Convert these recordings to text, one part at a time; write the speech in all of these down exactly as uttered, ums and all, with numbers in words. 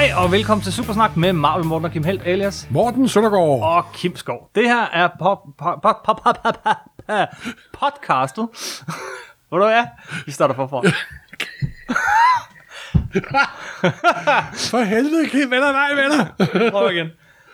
Hej og velkommen til Supersnak med Marvel Morten og Kim Helt alias Morten Søndergaard og Kim Skov. Det her er po- po- po- po- po- po- po- podcastet. Hvor du er? Vi starter forfra. For helvede, Kim, venner, nej, venner. Prøv igen.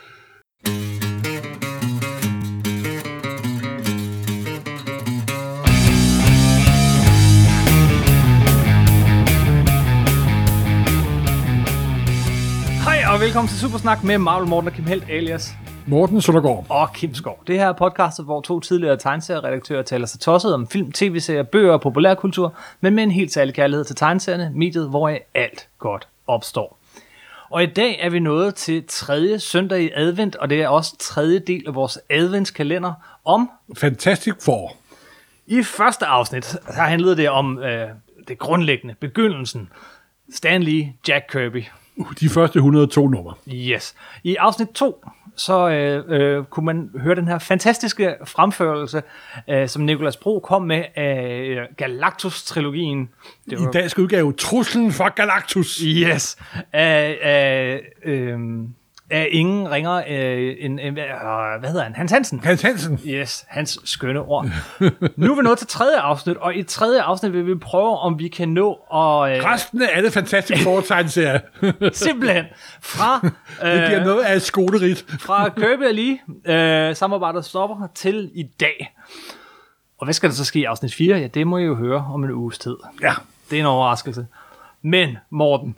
Hej og velkommen til Supersnak med Marvel Morten og Kim Helt alias Morten Søndergaard og Kim Skov. Det her er podcastet, hvor to tidligere tegneserieredaktører taler sig tosset om film, tv-serier, bøger og populærkultur, men med en helt særlig kærlighed til tegneserierne, mediet, hvor alt godt opstår. Og i dag er vi nået til tredje søndag i advent, og det er også tredje del af vores adventskalender om... Fantastic Four. I første afsnit, der handlede det om øh, det grundlæggende, begyndelsen. Stan Lee, Jack Kirby. Uh, de første et hundrede og to numre. Yes. I afsnit to, så øh, øh, kunne man høre den her fantastiske fremførelse, øh, som Nicolas Bro kom med af øh, Galactus-trilogien. Det var... I dag skal udgave Truslen for Galactus. Yes. Af, af, øh, af ingen ringer øh, en, en, øh, hvad hedder han? Hans Hansen. Hans Hansen. Yes, hans skønne ord. Nu er vi nået til tredje afsnit, og i tredje afsnit vil vi prøve, om vi kan nå at... Øh, Resten af alle Fantastic Four-tegneserier. simpelthen fra... Øh, det bliver noget af et skolerit. fra Kirby og Lee, øh, samarbejdet stopper til i dag. Og hvad skal der så ske i afsnit fire? Ja, det må I jo høre om en uges tid. Ja. Det er en overraskelse. Men, Morten,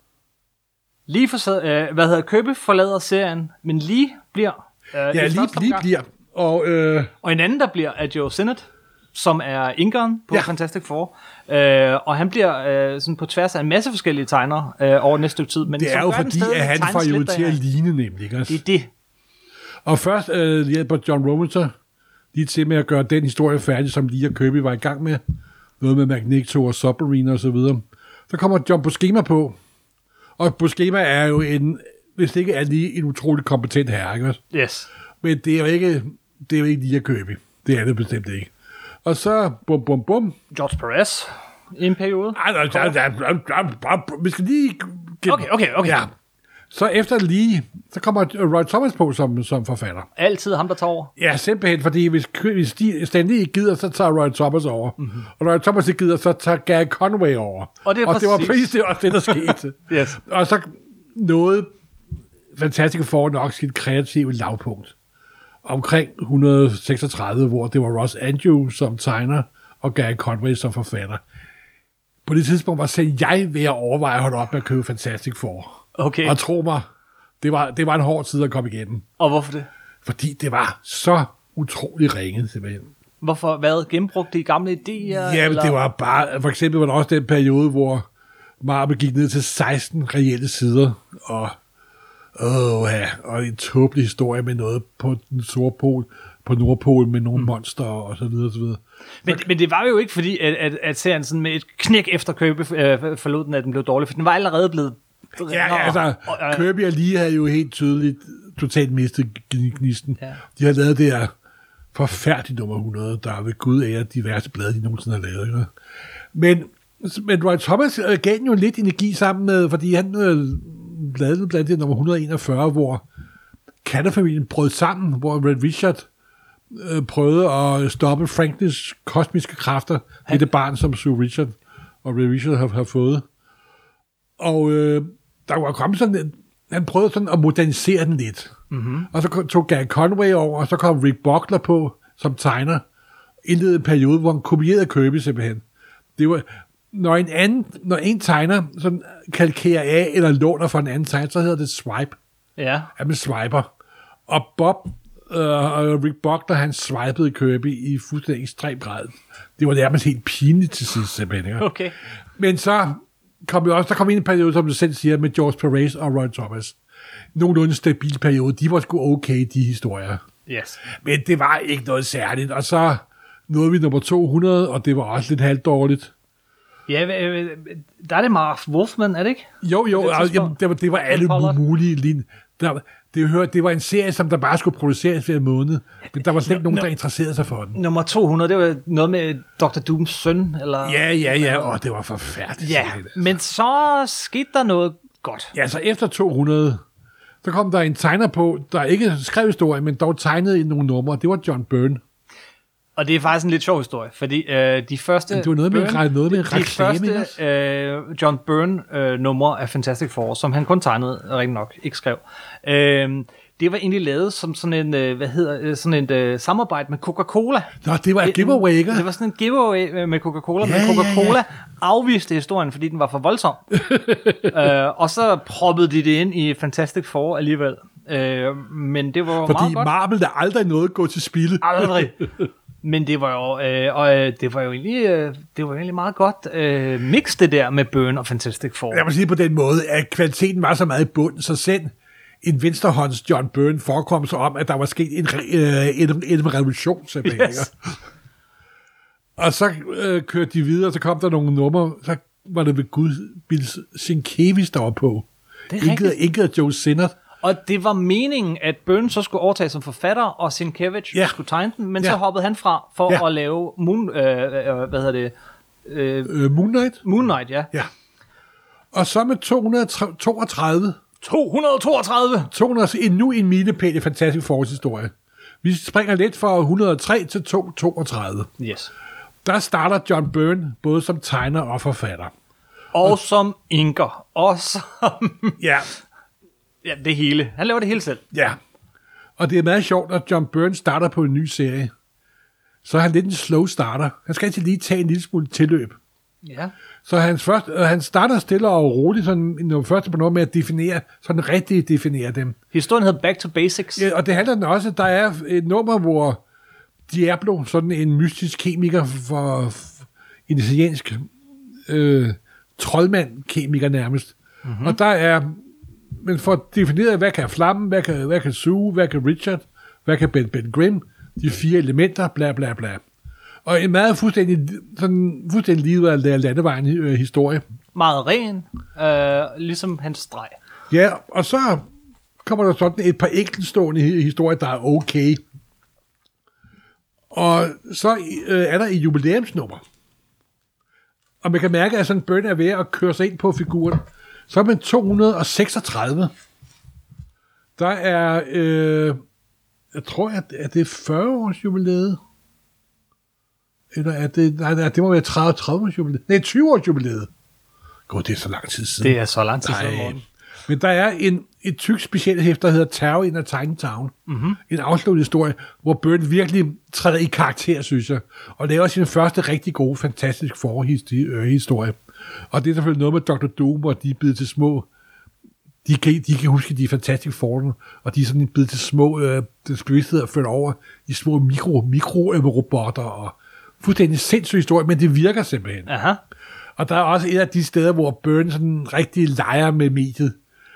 Lee for, øh, hvad hedder Kirby forlader serien, men Lee bliver... Øh, Ja, i lige, første lige omgang. bliver. Og, øh, Og en anden, der bliver, er Joe Sinnott, som er inkeren på Ja. ja. Fantastic Four. Øh, og han bliver øh, sådan på tværs af en masse forskellige tegnere øh, over næste stykke tid. Men det er som jo gør den fordi, stadig at han får tegnes jo lidt til at derhen. ligne nemlig. Ikke? Det er det. Og først øh, hjælper John Romita lige til med at gøre den historie færdig, som Lee og Kirby var i gang med. Noget med Magneto og Submarine og så videre. Så kommer John Buscema på. Og Buscema er jo en, hvis det ikke er lige en utrolig kompetent herre, ikke? Yes. Men det er jo ikke, det er jo ikke Lee og Kirby. Det er det bestemt ikke. Og så bum bum bum. George Perez i en periode. Ej, nej, nej, nej, nej, nej, nej, vi skal lige... Okay, okay, okay. Ja. Så efter Lee, så kommer Roy Thomas på som, som forfatter. Altid ham, der tager over. Ja, simpelthen, fordi hvis, hvis de Stanley ikke gider, så tager Roy Thomas over. Mm-hmm. Og Roy Thomas ikke gider, så tager Gary Conway over. Og det er og det var præcis- præcis det, også det, der skete. Yes. Og så noget Fantastic Four nok sit kreative lavpunkt. Omkring et hundrede og seksogtredive, hvor det var Ross Andrew som tegner, og Gary Conway som forfatter. På det tidspunkt var selv jeg ved at overveje at holde op med at købe Fantastic Four. Okay. Og tro mig, det var, det var en hård tid at komme igennem. Og hvorfor det? Fordi det var så utrolig ringet, simpelthen. Hvorfor? Hvad? Genbrugte de gamle idéer? Ja, eller? det var bare... For eksempel var der også den periode, hvor Marvel gik ned til seksten reelle sider, og... Åh, ja, og en tåbelig historie med noget på den Nordpol, på Nordpol med nogle mm. monster og så videre, og så videre. Men, men det var jo ikke fordi, at, at, at serien sådan med et knæk efter Kirby øh, forlod den, at den blev dårlig, for den var allerede blevet... Ja, altså, Kirby og Lee havde jo helt tydeligt totalt mistet gnisten. Ja. De har lavet det her forfærdelige nummer hundrede, der ved Gud er de værste blade, de nogensinde har lavet. Ikke? Men, men Roy Thomas øh, gav jo lidt energi sammen med, fordi han øh, lavede blandt det nummer et hundrede og enogfyrre, hvor Canada-familien brød sammen, hvor Red Richard øh, prøvede at stoppe Franklins kosmiske kræfter. Det er det barn, som Sue Richard og Red Richard har, har fået. Og øh, der var kommet sådan en, han prøvede sådan at modernisere den lidt. Mm-hmm. Og så tog Gary Conway over, og så kom Rick Buckler på som tegner. Indledede en periode, hvor han kopierede Kirby simpelthen. Det var, når en anden, når en tegner sådan kalkerer af eller låner for en anden tegner, så hedder det swipe. Ja. At man swiper. Og Bob øh, og Rick Buckler, han swipede Kirby i fuldstændig ekstrem grad. Det var nærmest helt pinligt til sidst simpelthen. Ikke? Okay. Men så kom jo også, der kom en periode, som du selv siger, med George Perez og Roy Thomas. Nogenlunde stabil periode. De var sgu okay, de historier. Yes. Men det var ikke noget særligt. Og så nåede vi nummer to hundrede, og det var også lidt halvdårligt. Ja, der er det Marv Wolfman, er det ikke? Jo, jo, Det altså, jamen, det, var, det var alle Pollard. mulige linjer. Der, det, hør, det var en serie, som der bare skulle produceres hver måned. Men der var slet ikke nogen, der interesserede sig for den. Nummer to hundrede, det var noget med doktor Dooms søn, eller... Ja, ja, ja, og det var forfærdeligt. Ja, simpelthen, altså. men så skete der noget godt. Ja, så efter to hundrede, så kom der en tegner på, der ikke skrev historie, men dog tegnede i nogle numre. Det var John Byrne. Og det er faktisk en lidt sjov historie, fordi øh, de første... Det var noget med, Byrne, noget med en de reklame. De første øh, John Byrne-numre øh, af Fantastic Four, som han kun tegnede, rigtig nok, ikke skrev, øh, det var egentlig lavet som sådan en, øh, hvad hedder, sådan et øh, samarbejde med Coca-Cola. Nå, det var et giveaway, ikke? Det var sådan en giveaway med Coca-Cola, ja, men Coca-Cola ja, ja. afviste historien, fordi den var for voldsom. øh, og så proppede de det ind i Fantastic Four alligevel. Øh, men det var fordi meget godt. Fordi Marvel der aldrig noget gå til spilde. Aldrig. Men det var jo, øh, og øh, det var jo egentlig, øh, det var jo egentlig meget godt øh, mix det der med Byrne og Fantastic Four. Jeg må sige på den måde, at kvaliteten var så meget i bunden, så selv en venstrehånds John Byrne forekom så om, at der var sket en, øh, en, en revolution, simpelthen. Yes. Og så øh, kørte de videre, så kom der nogle numre, så var det ved Gud, Bill Sienkiewicz, der var på. Ikke af Joe Sinnott. Og det var meningen, at Byrne så skulle overtage som forfatter, og Sienkiewicz ja. skulle tegne den, men ja. så hoppede han fra for ja. at lave Moon, øh, øh, hvad hedder det? Øh, øh, Moon Knight. Moon Knight, ja. ja. Og så med to hundrede toogtredive. to hundrede toogtredive? to hundrede, endnu en milepæl i Fantastic Fours historie. Vi springer lidt fra et hundrede og tre til to hundrede toogtredive. Yes. Der starter John Byrne både som tegner og forfatter. Og, og som inker. Og som... ja. Ja, det hele. Han laver det hele selv. Ja. Og det er meget sjovt, at John Byrne starter på en ny serie. Så er han lidt en slow starter. Han skal altid lige tage en lille smule tilløb. Ja. Så han, først, øh, han starter stille og roligt, sådan, når først på noget med at definere, sådan rigtig definere dem. Historien hedder Back to Basics. Ja, og det handler den også, der er et nummer, hvor Diablo, sådan en mystisk kemiker for, for en italiensk øh, troldmand-kemiker nærmest. Mm-hmm. Og der er, men for at definere, hvad kan Flammen, hvad kan, hvad kan Sue, hvad kan Richard, hvad kan Ben, Ben Grimm, de fire elementer, bla bla bla. Og en meget fuldstændig, sådan fuldstændig livet af landevejen øh, historie. Meget ren, øh, ligesom hans streg. Ja, og så kommer der sådan et par enkeltstående historier, der er okay. Og så øh, er der et jubilæumsnummer. Og man kan mærke, at sådan Byrne er ved at køre sig ind på figuren. Så er man to hundrede seksogtredive. Der er, øh, jeg tror, at, at det er fyrre års jubilæet. Eller er det, nej, nej, det må være tredive års jubilæet. Nej, tyve års jubilæet. God, det er så lang tid siden. Det er så lang tid siden. Men der er en, et tyk specielt hæft, der hedder Terror in a Tiny Town. Mm-hmm. En afsluttet historie, hvor Byrne virkelig træder i karakter, synes jeg. Og laver sin første rigtig gode, fantastisk forhistorie. Og det er selvfølgelig noget med doktor Doom, hvor de er blevet til små... De kan, de kan huske de fantastiske forne, og de er sådan blevet til små... Øh, det bevidsthed er ført over i små mikro, mikro-robotter, og fuldstændig sindssyg historie, men det virker simpelthen. Aha. Og der er også et af de steder, hvor Byrne sådan rigtig leger med mediet.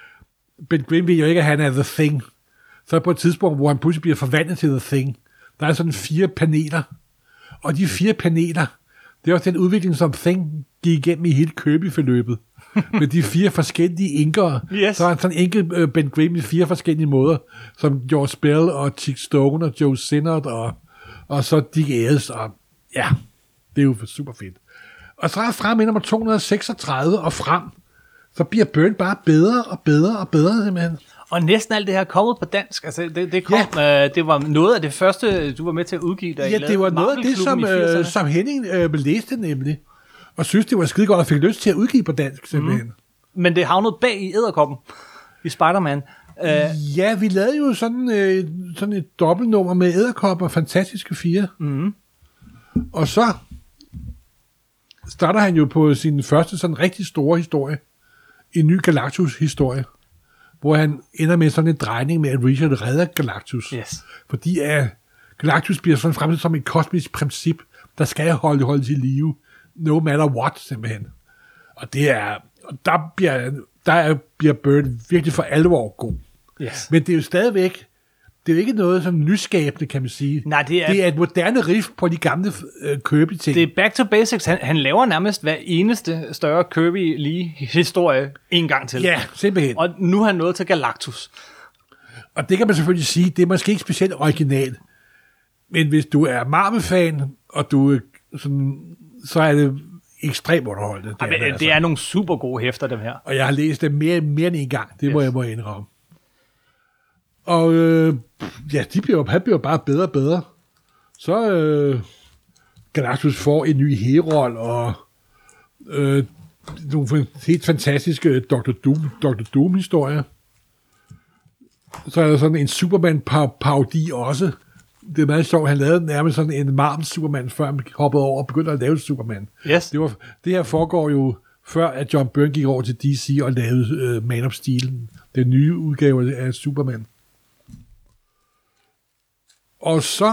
Ben Grimm ved jo ikke, at han er The Thing. Så på et tidspunkt, hvor han pludselig bliver forvandlet til The Thing, der er sådan fire paneler. Og de fire paneler, det er også den udvikling, som Thing gik igennem i hele Kirby-forløbet. Med de fire forskellige inkere. Yes. Så er han sådan enkelt uh, Ben Grimm i fire forskellige måder, som George Bell og Chick Stone og Joe Sinnott og, og så Dick Ayers. Og ja, det er jo super fedt. Og så er frem i nummer to hundrede seksogtredive og frem, så bliver Byrne bare bedre og bedre og bedre, simpelthen. Og næsten alt det her er kommet på dansk. Altså, det, det, kom, ja. øh, det var noget af det første, du var med til at udgive dig. Ja, det var noget af det, som, øh, som Henning øh, læste nemlig. Og synes, det var skide godt, og fik lyst til at udgive på dansk, simpelthen. Mm. Men det havnede bag i Edderkoppen i Spider-Man. Uh, ja, vi lavede jo sådan, øh, sådan et dobbeltnummer med Edderkopper og Fantastiske Fire. Mm. Og så starter han jo på sin første sådan rigtig store historie. En ny Galactus-historie. Hvor han ender med sådan en drejning med, at Richard redder Galactus. Yes. Fordi at Galactus bliver sådan fremstillet som et kosmisk princip, der skal holde holde til live. No matter what, simpelthen. Og det er, der bliver, der bliver Byrne virkelig for alvor god. Yes. Men det er jo stadigvæk, det er jo ikke noget som nyskabende, kan man sige. Nej, det er, det er et moderne riff på de gamle øh, Kirby-ting. Det er back to basics. Han, han laver nærmest hver eneste større Kirby-lige historie en gang til. Ja, simpelthen. Og nu er han nået til Galactus. Og det kan man selvfølgelig sige, det er måske ikke specielt originalt. Men hvis du er Marvel-fan, og du sådan, så er det ekstremt underholdende. Det, Ej, men, er, det, altså. det er nogle super gode hæfter, dem her. Og jeg har læst dem mere, mere end en gang, det yes. må jeg må indrømme. Og øh, ja, de bliver, han bliver bare bedre og bedre. Så øh, Galactus får en ny herol, og øh, nogle helt fantastiske doktor Doom, doktor Doom-historier. Så er der sådan en Superman-parodi også. Det er meget sjovt, han lavede nærmest sådan en Marvel Superman, før han hoppede over og begyndte at lave Superman. Yes. Det, var, det her foregår jo før, at John Byrne gik over til D C og lavede uh, Man of Steel, den nye udgave af Superman. Og så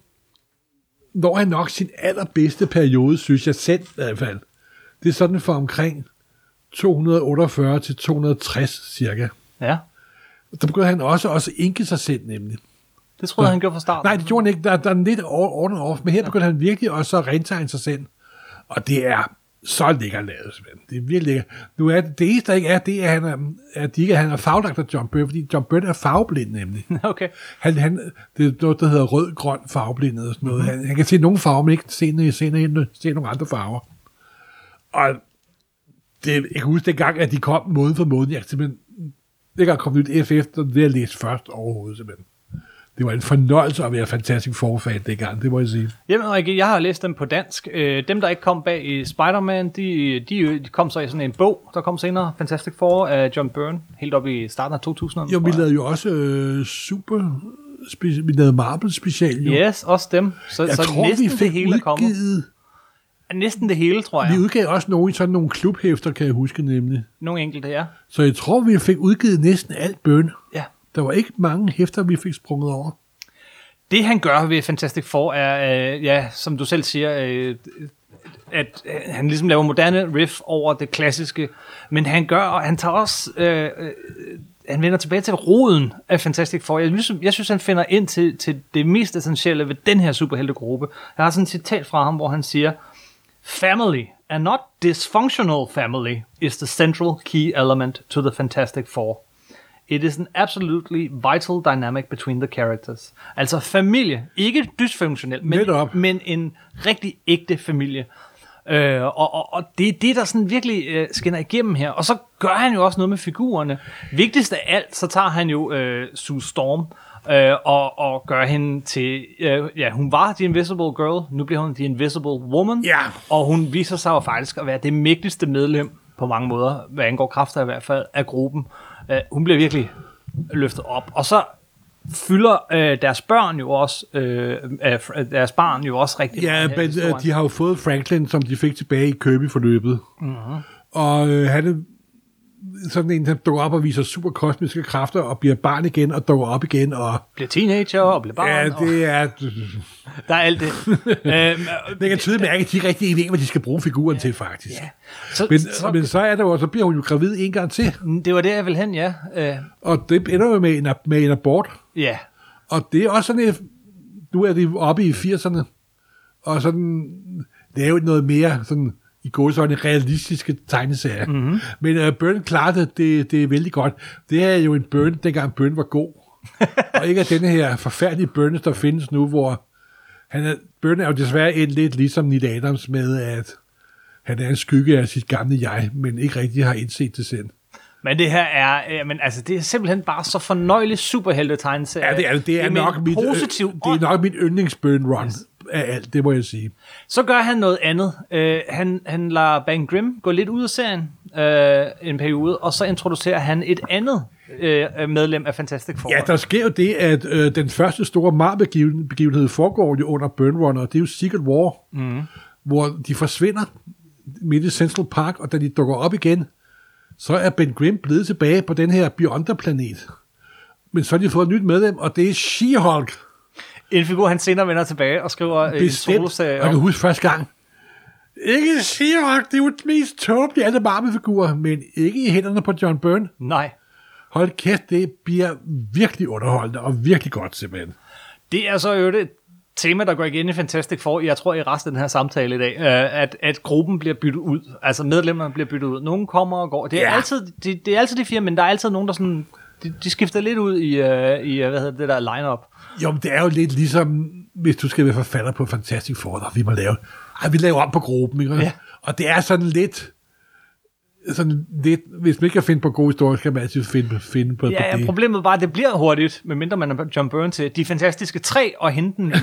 når han nok sin allerbedste periode, synes jeg selv i hvert fald. Det er sådan for omkring to hundrede otteogfyrre til to hundrede tres cirka. Ja. Der begyndte han også at indke sig selv, nemlig. Det troede ja. han gjorde fra starten. Nej, det gjorde han ikke. Der, der er lidt on and off, men her begyndte ja. han virkelig også at rentegne sig selv. Og det er så lækkert lavet, simpelthen. Det er virkelig lækkert. Nu er det, det eneste, der ikke er, det er, at han er, at de ikke, han er faglagt af John Byrne, fordi John Byrne er farveblind, nemlig. Okay. Han, han, det er noget, der hedder rød-grøn farveblind, og sådan noget. Mm-hmm. Han, han kan se nogle farver, men ikke se, se, se nogle andre farver. Og det, jeg kan huske dengang, at de kom måned for måned. Jeg simpelthen, det kan komme nyt F F, det jeg læste først overhovedet, simpelthen. Det var en fornøjelse at være fantastisk forfan dengang, det må jeg sige. Jamen, Rikke, jeg har læst dem på dansk. Dem, der ikke kom bag i Spider-Man, de, de, de kom så i sådan en bog, der kom senere, Fantastic Four af John Byrne, helt op i starten af to tusind. Jo, vi lavede jo også øh, super... Spe- vi lavede Marvel special, jo. Yes, også dem. Så, jeg så tror, næsten vi fik det hele udgivet... er kommet. Næsten det hele, tror jeg. Vi udgav også nogle, sådan nogle klubhæfter, kan jeg huske nemlig. Nogle enkelte, ja. Så jeg tror, vi fik udgivet næsten alt Byrne. Ja. Der var ikke mange hæfter, vi fik sprunget over. Det han gør ved Fantastic Four er, øh, ja, som du selv siger, øh, at øh, han ligesom laver moderne riff over det klassiske, men han gør, og han tager også, øh, øh, han vender tilbage til roden af Fantastic Four. Jeg, ligesom, jeg synes, han finder ind til, til det mest essentielle ved den her superheltegruppe. Jeg har sådan et citat fra ham, hvor han siger, "Family, and not dysfunctional family, is the central key element to the Fantastic Four. It is an absolutely vital dynamic between the characters." Altså familie, ikke dysfunktionel, men, men en rigtig ægte familie. Øh, og, og, og det er det, der sådan virkelig øh, skinner igennem her. Og så gør han jo også noget med figurerne. Vigtigst af alt, så tager han jo øh, Sue Storm øh, og, og gør hende til... Øh, ja, hun var The Invisible Girl, nu bliver hun The Invisible Woman. Ja. Og hun viser sig jo faktisk at være det mægtigste medlem, på mange måder, hvad angår kræfter i hvert fald, af gruppen. Uh, hun bliver virkelig løftet op. Og så fylder uh, deres børn jo også, uh, uh, deres barn jo også rigtig ja, men uh, de har jo fået Franklin, som de fik tilbage i Kirby-forløbet. Mm-hmm. Og uh, han er sådan en, der dukker op og viser super kosmiske kræfter, og bliver barn igen, og dukker op igen, og... Bliver teenager, og bliver barn. Ja, det er... Der er alt det. uh, det kan tydeligt mærke, at de rigtig ved, hvad de skal bruge figuren ja, til, faktisk. Ja. Så, men, så, men så er det jo, så bliver hun jo gravid en gang til. Det var det, jeg ville hen, ja. Uh, og det ender jo med en, med en abort. Ja. Og det er også sådan et... Nu er det oppe i firserne, og sådan... Det er jo noget mere sådan... i går så en realistiske tegneserie. Mm-hmm. Men uh, Byrne klarede det, det, det er vældig godt. Det er jo en Byrne, dengang Byrne var god. Og ikke af denne her forfærdelige Byrne, der findes nu, hvor han er, Byrne er jo desværre en lidt ligesom Neil Adams med, at han er en skygge af sit gamle jeg, men ikke rigtig har indset det selv. Men det her er, øh, men altså, det er simpelthen bare så fornøjeligt superhelte-tegneserie. Ja, det er, det er, det er nok mit, positiv øh, det er nok mit yndlings-Byrne-run. Yes. Af alt, det må jeg sige. Så gør han noget andet. Uh, han, han lader Bang Grimm gå lidt ud af serien uh, en periode, og så introducerer han et andet uh, medlem af Fantastic Four. Ja, der sker jo det, at uh, den første store Marvel-begivenhed foregår jo under Byrne Run, og det er jo Secret War, mm. hvor de forsvinder midt i Central Park, og da de dukker op igen, så er Ben Grimm blevet tilbage på den her Beyonder-planet. Men så har de fået et nyt medlem, og det er She-Hulk. En figur, han senere vender tilbage og skriver en soloserie. Jeg kan huske første gang. Ikke She-Hulk, det er jo det mest tåbelige af alle Marvel-figurer, men ikke i hænderne på John Byrne. Nej. Hold kæft, det bliver virkelig underholdende og virkelig godt simpelthen. Det er så jo det tema, der går igen i Fantastic Four, jeg tror i resten af den her samtale i dag, at, at gruppen bliver byttet ud. Altså medlemmerne bliver byttet ud. Nogen kommer og går. Det er, ja. altid, det, det er altid de fire, men der er altid nogen, der sådan... De, de skifter lidt ud i, uh, i hvad hedder det der line-up. Jo, men det er jo lidt ligesom, hvis du skal være forfatter på Fantastic Four, der vi må lave, ej, vi laver om på gruppen, ikke? Ja. Og det er sådan lidt, sådan lidt, hvis man ikke kan finde på gode historier, skal man altid finde, finde på, ja, på ja, det. problemet var, at det bliver hurtigt, medmindre man er John Byrne til De Fantastiske Tre og hente den.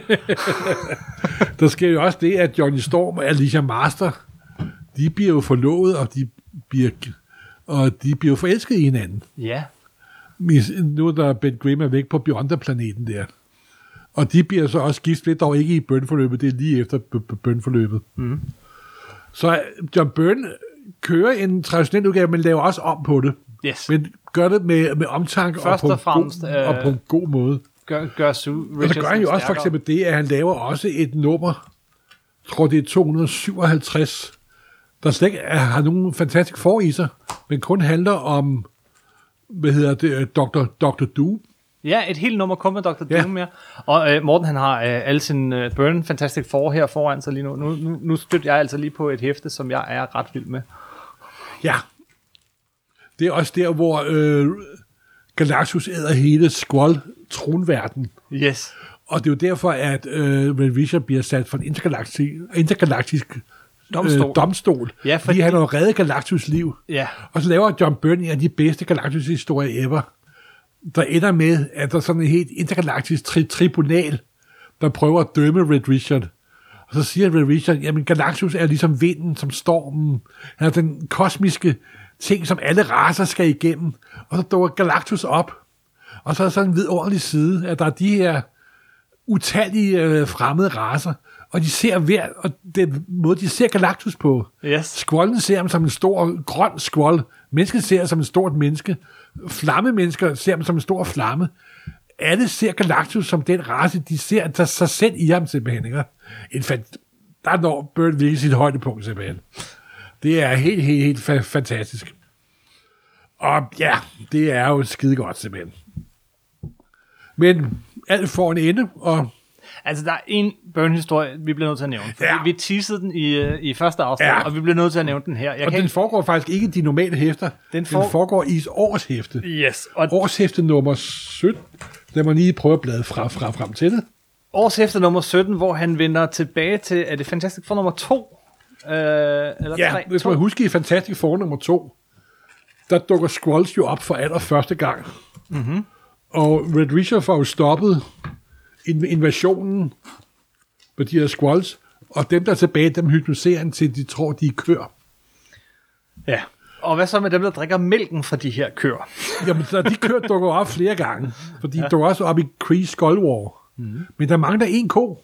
Der sker jo også det, at Johnny Storm og Alicia Master, de bliver jo forlovet, og de bliver, og de bliver forelsket i hinanden. Ja. Nu er der Ben Grimm er væk på Beyonder-planeten der. Og de bliver så også gift lidt, dog ikke i Byrne-forløbet, det er lige efter Byrne-forløbet. Mm. Så John Byrne kører en traditionel udgave, men laver også om på det. Yes. Men gør det med, med omtanke og på, og, fremmest, god, øh, og på en god måde. Gør, gør Sue Richardson. Og så gør han jo også for eksempel det, at han laver også et nummer, jeg tror det er to hundrede syvoghalvtreds, der slet ikke er, har nogen fantastisk for i sig, men kun handler om, hvad hedder det, doktor doktor Doom. Ja, et helt nummer kun med doktor Ja. Doom mere. Og øh, Morten, han har øh, alle sine øh, Byrne Fantastic Four her foran sig lige nu. Nu, nu. nu støtter jeg altså lige på et hæfte, som jeg er ret vild med. Ja. Det er også der, hvor øh, Galactus æder hele Skrull-tronverden. Yes. Og det er jo derfor, at øh, Red Richard bliver sat for en intergalaktisk, intergalaktisk domstol. Øh, domstol ja, fordi... fordi han har reddet Galactus liv. Ja. Og så laver John Byrne en af de bedste Galactus-historier ever, der ender med, at der er sådan en helt intergalaktisk tri- tribunal, der prøver at dømme Red Richard. Og så siger Red Richard, jamen Galactus er ligesom vinden, som stormen. Han er den kosmiske ting, som alle racer skal igennem. Og så dukker Galactus op. Og så er der sådan en vidunderlig side, at der er de her utallige øh, fremmede racer, og de ser hver, og den måde, de ser Galactus på. Yes. Skrullen ser ham som en stor grøn skrold. Mennesket ser ham som et stort menneske. Flammemennesker ser ham som en stor flamme. Alle ser Galactus som den race, de ser der sig selv i ham simpelthen. Ikke? En fant- der når Byrne virkelig sit højdepunkt simpelthen. Det er helt, helt, helt fa- fantastisk. Og ja, det er jo skide godt simpelthen. Men alt får en ende, og altså, der er en Byrne-historie, vi bliver nødt til at nævne. Ja. Vi teasede den i, i første afsnit, ja. Og vi bliver nødt til at nævne den her. Jeg og kan den ikke... foregår faktisk ikke i de normale hæfter. Den, for... den foregår i årshæfte. Yes. Og... Årshæfte nummer sytten. Lad mig lige prøve at blade fra, fra, frem til det. Årshæfte nummer sytten, hvor han vender tilbage til, er det Fantastic Four nummer to? Øh, eller ja, tre? hvis man husker i Fantastic Four nummer to, der dukker Skrulls jo op for allerførste gang. Mm-hmm. Og Red Richard får jo stoppet invasionen med de her Skrulls, og dem der er tilbage, dem hypnotiserer han til, de tror, de er køer. Ja, og hvad så med dem, der drikker mælken fra de her køer? Jamen, så de køer dukker op flere gange, for de ja. dukker også op i Kree Skull War. Mm. Men der mangler en ko.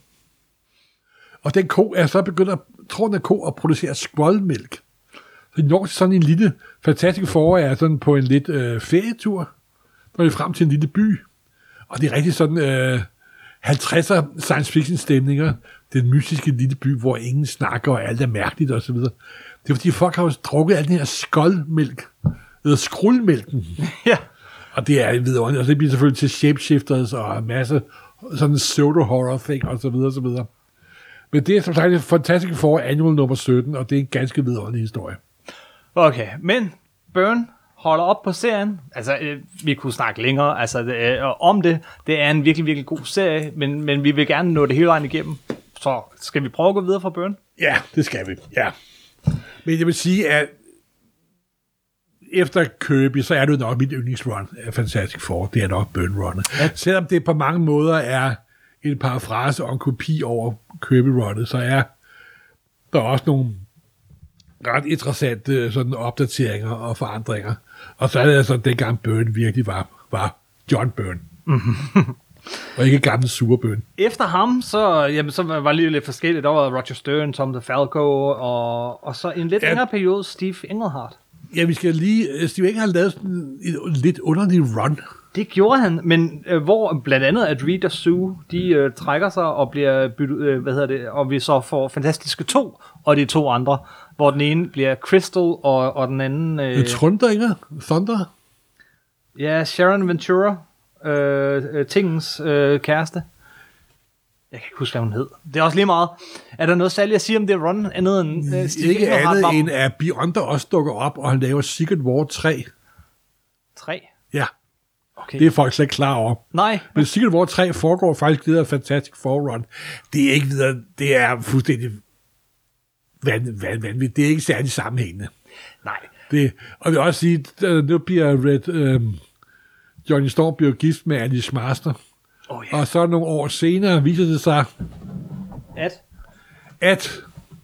Og den ko er så begyndt at, tror den er ko, at producere Skrull-mælk. Så de når til sådan en lille, fantastisk forår, er sådan på en lidt øh, ferietur, når de er frem til en lille by. Og det er rigtig sådan øh, halvtredser science fiction stemninger. Den mystiske lille by, hvor ingen snakker, og alt er mærkeligt og så videre. Det er fordi folk har jo drukket al den her skoldmælk, eller skrullmælken. Ja. Og det er vidunderligt. Og det bliver selvfølgelig til shapeshifters og en masse sådan pseudo-horror ting og så videre og så videre. Men det er som sagt et fantastisk for annual nummer sytten, og det er en ganske vidunderlig historie. Okay, men Byrne holder op på serien. Altså, øh, vi kunne snakke længere altså, øh, om det. Det er en virkelig, virkelig god serie, men, men vi vil gerne nå det hele vejen igennem. Så skal vi prøve at gå videre fra Byrne? Ja, det skal vi. Ja. Men jeg vil sige, at efter Kirby, så er det nok mit yndlingsrun af Fantastic Four. Det er nok Byrne-runnet. Ja. Selvom det på mange måder er en parafrase og en kopi over Kirby-runnet, så er der også nogle ret interessante sådan opdateringer og forandringer. Og så er det altså, dengang Byrne virkelig var, var John Byrne. Og ikke gamle Superbyrne. Efter ham, så, jamen, så var det lige lidt forskelligt. Der var Roger Stern, Tom DeFalco, og, og så en lidt ja. længere periode, Steve Englehart. Ja, vi skal lige... Steve Englehart lavede sådan en lidt underlig run. Det gjorde han, men øh, hvor blandt andet at Reed og Sue, de øh, trækker sig og bliver byttet, øh, hvad hedder det, og vi så får Fantastiske to, og de to andre, hvor den ene bliver Crystal, og, og den anden... Øh, Thunder, ikke? Thunder? Ja, Sharon Ventura, øh, øh, Tingens øh, kæreste. Jeg kan ikke huske, hvad hun hed. Det er også lige meget. Er der noget særligt at sige om det run, andet end... Øh, Steve ikke andet bare... end at Beyonder også dukker op, og han laver Secret War tre. tre? Ja. Okay. Det er folk slet ikke klar over. Nej. Men Secret War tre foregår faktisk det der Fantastic Four run. Det er ikke videre, det er fuldstændig van, van, vanvittigt. Det er ikke særlig sammenhængende. Nej. Det, og jeg vil også sige, at nu bliver Red, øh, Johnny Storm bliver gift med Alice Master. Oh, ja. Og så nogle år senere viser det sig, At? at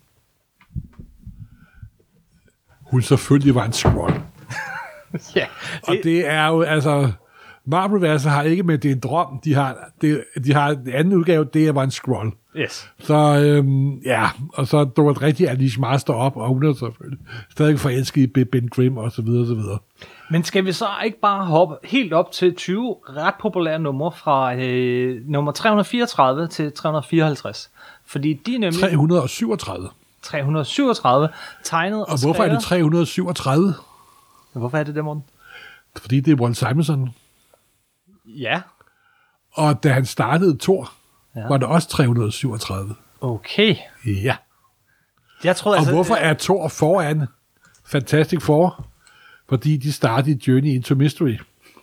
hun selvfølgelig var en Skrull. Ja. Det... Og det er jo, altså, Marvel-verset har ikke med, det er en drøm, de har, det, de har en anden udgave, det er var en Skrull. Yes. Så, øhm, ja, og så dukker rigtig Alice Master op, og hun er selvfølgelig stadig forelsket i Ben Grimm, og så videre, og så videre. Men skal vi så ikke bare hoppe helt op til tyve ret populære numre fra øh, nummer tre hundrede fireogtredive til tre hundrede fireoghalvtreds? Fordi de er nemlig... tre hundrede syvogtredive. tre hundrede syvogtredive tegnet og, Og hvorfor skrevet... er det tre hundrede syvogtredive? Hvorfor er det det, Morten? Fordi det er Walt Simonson. Ja. Og da han startede Thor, Ja. var det også tre hundrede syvogtredive. Okay. Ja. Jeg troede, Og altså, hvorfor er Thor foran Fantastic Four? Fordi de startede Journey into Mystery.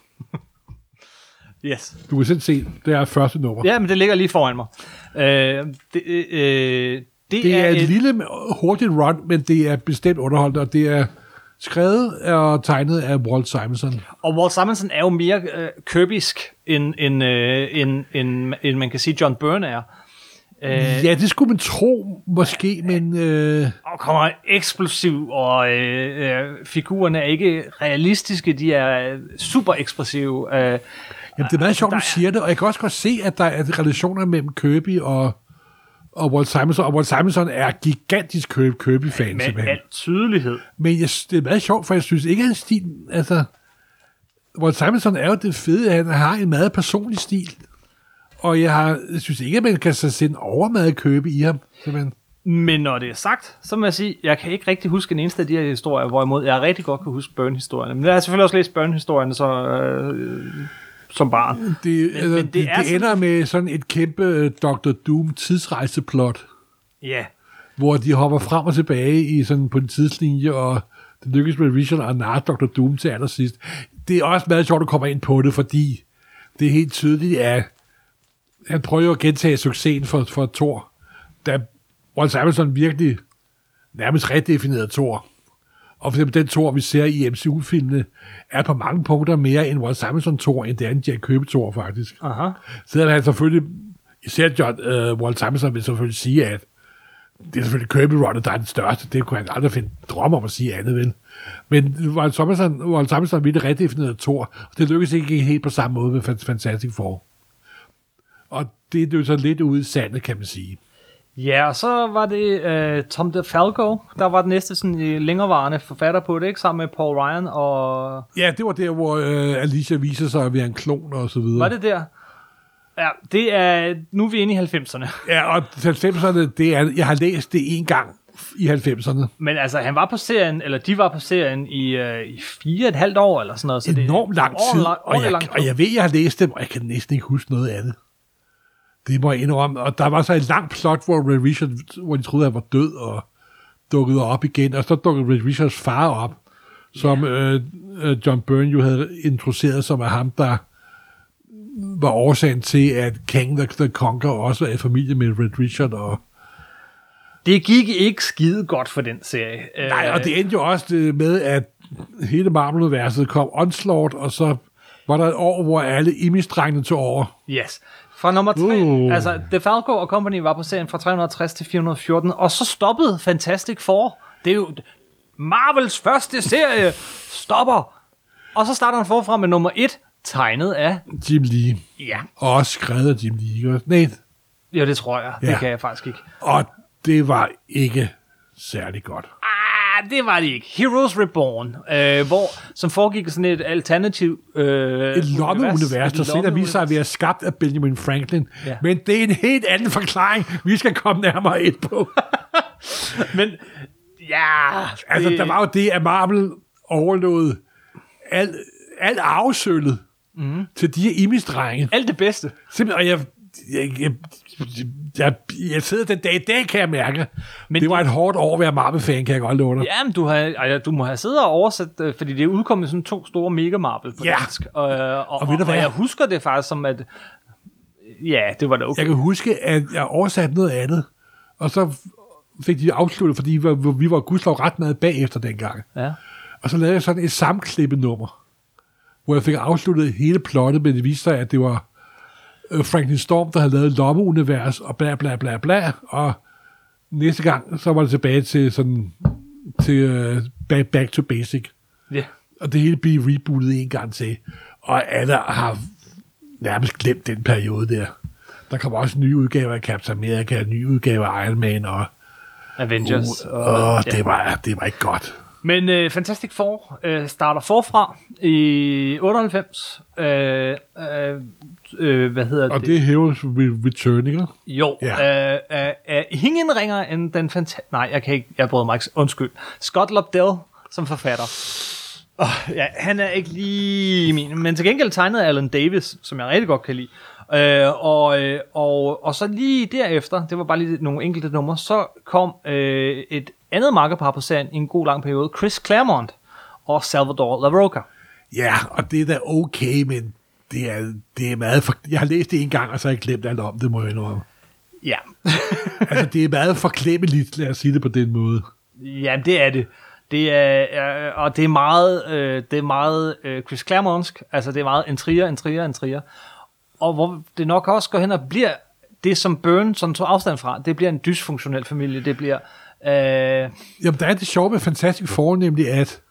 Yes. Du kan selv se, det er første nummer. Ja, men det ligger lige foran mig. Øh, det, øh, det, Det er, er et, et lille, hurtigt run, men det er bestemt underholdende, og det er skrevet og tegnet af Walt Simonson. Og Walt Simonson er jo mere øh, Kirbysk, end, end, øh, end, end, end man kan sige, John Byrne er. Øh, Ja, det skulle man tro, måske, men... Øh, og kommer eksplosiv, og øh, øh, figurerne er ikke realistiske, de er super ekspressive. Øh, jamen, det er meget sjovt, der du er- siger det, og jeg kan også godt se, at der er relationer mellem Kirby og, og Walt Simonson, og Walt Simonson er gigantisk Kirby- Kirby-fan, med simpelthen. al tydelighed. Men jeg, det er meget sjovt, for jeg synes ikke, at hans stil... Altså, Walt Simonson er jo det fede, at han har en meget personlig stil. Og jeg, har, jeg synes ikke, at man kan så sætte en overmaget Kirby i ham, simpelthen. Men når det er sagt, så må jeg sige, jeg kan ikke rigtig huske en eneste af de her historier, hvorimod jeg rigtig godt kan huske Burn-historierne. Men jeg har selvfølgelig også læst Burn-historierne så, øh, som barn. Det, altså, men det, det det, er det sådan- ender med sådan et kæmpe øh, doktor Doom tidsrejseplot, Ja, hvor de hopper frem og tilbage i sådan på en tidslinje, og det lykkes med Richard og narre doktor Doom til allersidst. Det er også meget sjovt at komme ind på det, fordi det er helt tydeligt, at han prøver jo at gentage succesen for, for Thor, da Walt Simonson virkelig nærmest redefinerede Thor. Og for eksempel den Thor, vi ser i M C U-filmene, er på mange punkter mere en Walt Simonson Thor, end det er en Jack Kirby Thor, faktisk. aha. Selvom han selvfølgelig, især John, uh, Walt Simonson vil selvfølgelig sige, at det er selvfølgelig Kirby-runnet, der er den største. Det kunne han aldrig finde drøm om at sige andet, vel? Men Walt Simonson, Walt Simonson ville redefinere Thor, og det lykkedes ikke helt på samme måde med Fantastic Four. Og det er jo så lidt ude i sandet, kan man sige. Ja, og så var det øh, Tom DeFalco, der var den næste sådan, øh, længerevarende forfatter på det, ikke? Sammen med Paul Ryan og... Ja, det var der, hvor øh, Alicia viser sig at være en klon og så videre. Var det der? Ja, det er... Nu er vi inde i halvfemserne. Ja, og halvfemserne, det er, jeg har læst det en gang i halvfemserne. Men altså, han var på serien, eller de var på serien i, øh, i fire og et halvt år, eller sådan noget. Så Enormt det, lang år- tid, lang- og jeg, lang tid. og jeg ved, jeg har læst dem, og jeg kan næsten ikke huske noget af det. Det må jeg indrømme. Og der var så et langt plot, hvor Red Richard, hvor de troede, han var død, og dukkede op igen. Og så dukkede Red Richards far op, som øh, øh, John Byrne jo havde introduceret, som er ham, der var årsagen til, at Kang the, the Conqueror også er i familie med Red Richard. Og, Det gik ikke skide godt for den serie. nej, og det endte jo også øh, med, at hele Marvel-universet kom Onslaught, og så var der et år, hvor alle image-drengene tog over. Yes. Fra nummer tre, Uh. altså DeFalco og Company var på serien fra tre hundrede og tres til fire hundrede og fjorten, og så stoppede Fantastic Four. Det er jo Marvels første serie. Stopper. Og så starter han forfra med nummer et, tegnet af... Jim Lee. Ja. Og også skrevet af Jim Lee. ikke? Nej, Jo, det tror jeg. Det Ja. kan jeg faktisk ikke. og det var ikke særlig godt. Ah, det var det ikke. Heroes Reborn, øh, hvor, som foregik sådan et alternativ øh, Et lommeunivers, der Et senere viser sig at lommeunivers. være skabt af Benjamin Franklin. Ja. Men det er en helt anden forklaring, vi skal komme nærmere ind på. Men, ja... Altså, der var jo det, at Marvel overlod alt, alt arvesølvet mm. til de her image-drenge. Alt det bedste. Simpelthen, og jeg, jeg, jeg, jeg, jeg sidder den dag i dag, kan jeg mærke. Men det var det- et hårdt år at være Marvel-fan, kan jeg godt love dig. Ja, men du, har, ej, du må have siddet og oversat, øh, fordi det er udkommet sådan to store Mega Marvel på Ja. dansk. Og, og, og, ved du og, hvad? og jeg husker det faktisk som, at ja, det var da okay. Jeg kan huske, at jeg oversatte noget andet, og så fik de afsluttet, fordi vi var, vi var gudslov ret meget bagefter dengang. Ja. Og så lavede jeg sådan et sammenklippet-nummer, hvor jeg fik afsluttet hele plottet, men det viste sig, at det var øh, Franklin Storm, der havde lavet Lommeunivers, og bla bla bla bla, og næste gang, så var det tilbage til sådan, til uh, back, back to basic. Ja. Yeah. Og det hele blev rebootet en gang til. Og alle har nærmest glemt den periode der. Der kommer også nye udgaver af Captain America, nye udgaver af Iron Man, og Avengers. Åh, oh, oh, ja. det, var, det var ikke godt. Men uh, Fantastic Four uh, starter forfra i otteoghalvfems. Uh, uh, uh, hvad hedder og det? det er Heroes Return, ikke? Jo. Ja. Uh, uh, uh, ingen ringer end den fantastiske... Nej, jeg kan ikke... Jeg bryder mig ikke. Undskyld. Scott Lobdell som forfatter. Oh, ja, han er ikke lige min. Men til gengæld tegnede Alan Davis, som jeg rigtig godt kan lide. Uh, og, uh, og, og så lige derefter, det var bare lige nogle enkelte numre, så kom uh, et andet makkerpar på serien i en god lang periode, Chris Claremont og Salvador LaRocca. Ja, og det er da okay, men det er, det er meget for, jeg har læst det en gang, og så har jeg glemt alt om det, må jeg indrømme. Ja. Altså, det er meget forklemmeligt, lad os sige det på den måde. Ja, det er det. Det er, øh, og det er meget, øh, det er meget øh, Chris Claremontsk, altså det er meget intriger, intriger, intriger. Og hvor det nok også går hen og bliver det, som Byrne sådan tog afstand fra, det bliver en dysfunktionel familie, det bliver... Øh... Jamen, der er det sjove med Fantastic Four, nemlig at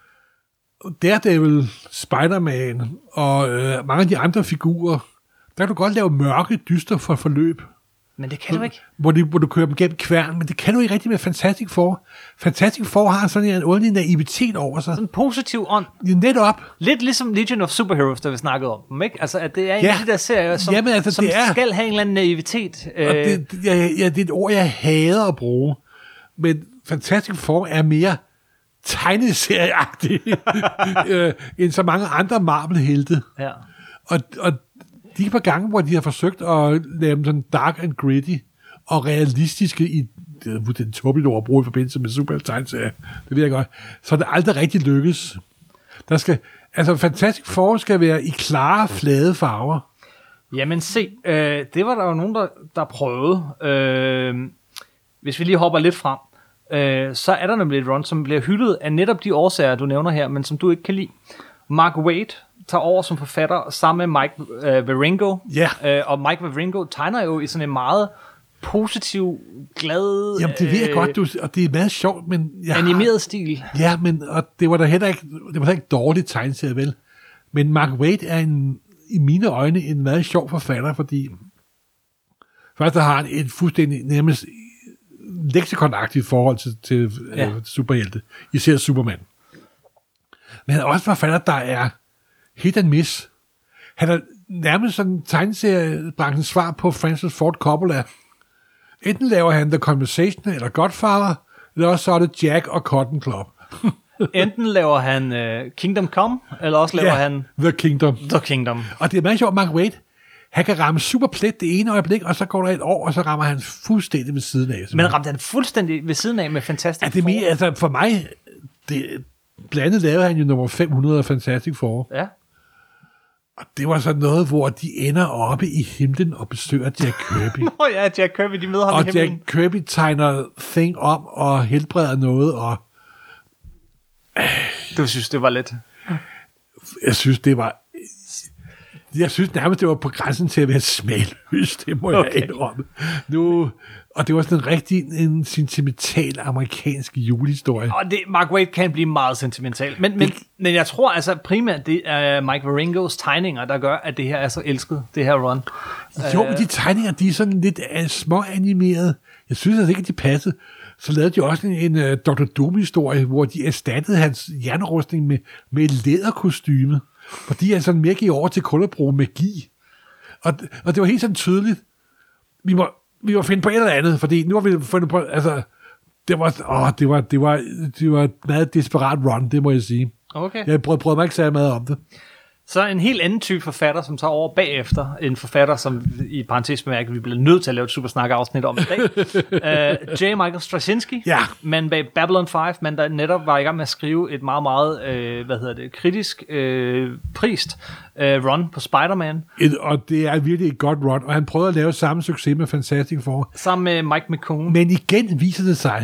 Daredevil, Spider-Man og øh, mange af de andre figurer, der kan du godt lave mørke, dyster for forløb. Men det kan du ikke. Hvor, de, hvor du kører dem gennem kværn, men det kan du ikke rigtig med Fantastic Four. Fantastic Four har sådan en underlig naivitet over sig. Sådan en positiv ånd. Ja, netop. Lidt ligesom Legion of Superheroes, der vi snakkede om dem, ikke? Altså, at det er en ja. af de der serier, som, Jamen, altså, som det er... skal have en eller anden naivitet. Og det, ja, ja, det er et ord, jeg hader at bruge. Men Fantastic Four er mere tegneserieagtig øh, end så mange andre Marvel-helte. Ja. Og, og de par gange, hvor de har forsøgt at lave dem sådan dark and gritty og realistiske i det, den tåbelige ord at bruge i forbindelse med superheltegnserie, det ved jeg godt, så er det aldrig rigtig lykkes. Der skal, altså Fantastic Four skal være i klare, flade farver. Jamen se, øh, det var der jo nogen, der, der prøvede. Øh, hvis vi lige hopper lidt frem, øh, så er der nemlig et run, som bliver hyldet af netop de årsager, du nævner her, men som du ikke kan lide. Mark Waid tager over som forfatter sammen med Mike øh, Wieringo. Ja. Øh, og Mike Wieringo tegner jo i sådan en meget positiv, glad... Jamen, det ved jeg øh, godt, du, og det er meget sjovt, men... Jeg animeret har, stil. Ja, men og det var da heller ikke, det var da ikke dårligt tegneserie, vel? Men Mark Waid er en, i mine øjne en meget sjov forfatter, fordi først har han et fuldstændig nærmest leksikonagtigt forhold til, til ja. øh, superhelte, især Superman. Men han er også forfatter, der er hit and miss. Han er nærmest sådan tegneseriebranchens svar på Francis Ford Coppola. Enten laver han The Conversation eller Godfather, eller også så er det Jack og Cotton Club. Enten laver han uh, Kingdom Come, eller også laver ja, han The Kingdom. The Kingdom. Og det er meget sjovt, Mark Waid, han kan ramme super plet det ene øjeblik, og så går der et år, og så rammer han fuldstændig ved siden af. Simpelthen. Men ramte han fuldstændig ved siden af med Fantastic Four? Ja, det er mere, altså for mig, det, blandt andet lavede han jo nummer fem hundrede af Fantastic Four. Ja. Og det var sådan noget, hvor de ender oppe i himlen og besøger Jack Kirby. Nå ja, Jack Kirby, de møder ham og i himlen. Og Jack Kirby tegner Thing om og helbreder noget, og... Du synes, det var let? Jeg synes, det var... Jeg synes nærmest, det var på grænsen til at være smagløst, det må okay. jeg indrømme. Nu, og det var sådan en rigtig en sentimental amerikansk julehistorie. Og det, Mark Waid kan blive meget sentimental. Men, men, men jeg tror altså primært, det er Mike Wieringos tegninger, der gør, at det her er så elsket, det her run. Jo, men de tegninger, de er sådan lidt uh, små animerede. Jeg synes altså ikke, at de passede. Så lavede de også en, en uh, doktor Doom-historie, hvor de erstattede hans jernrustning med, med læderkostyme. Fordi han sådan mere gik over til kun at bruge magi. Og, og det var helt sådan tydeligt. Vi må, vi må finde på et eller andet, fordi nu har vi fundet på, altså, det var, åh, det var, det var, det var et meget desperat run, det må jeg sige. Okay. Jeg brød, brød mig ikke særlig meget om det. Så en helt anden type forfatter, som tager over bagefter. En forfatter, som i parentes bemærket, vi bliver nødt til at lave et supersnak-afsnit om i dag. uh, J. Michael Straczynski, ja. mand bag Babylon fem, men der netop var i gang med at skrive et meget, meget, øh, hvad hedder det, kritisk øh, prist øh, run på Spider-Man. Et, og det er virkelig et godt run, og han prøvede at lave samme succes med Fantastic Four. Sammen med Mike McCone. Men igen viser det sig,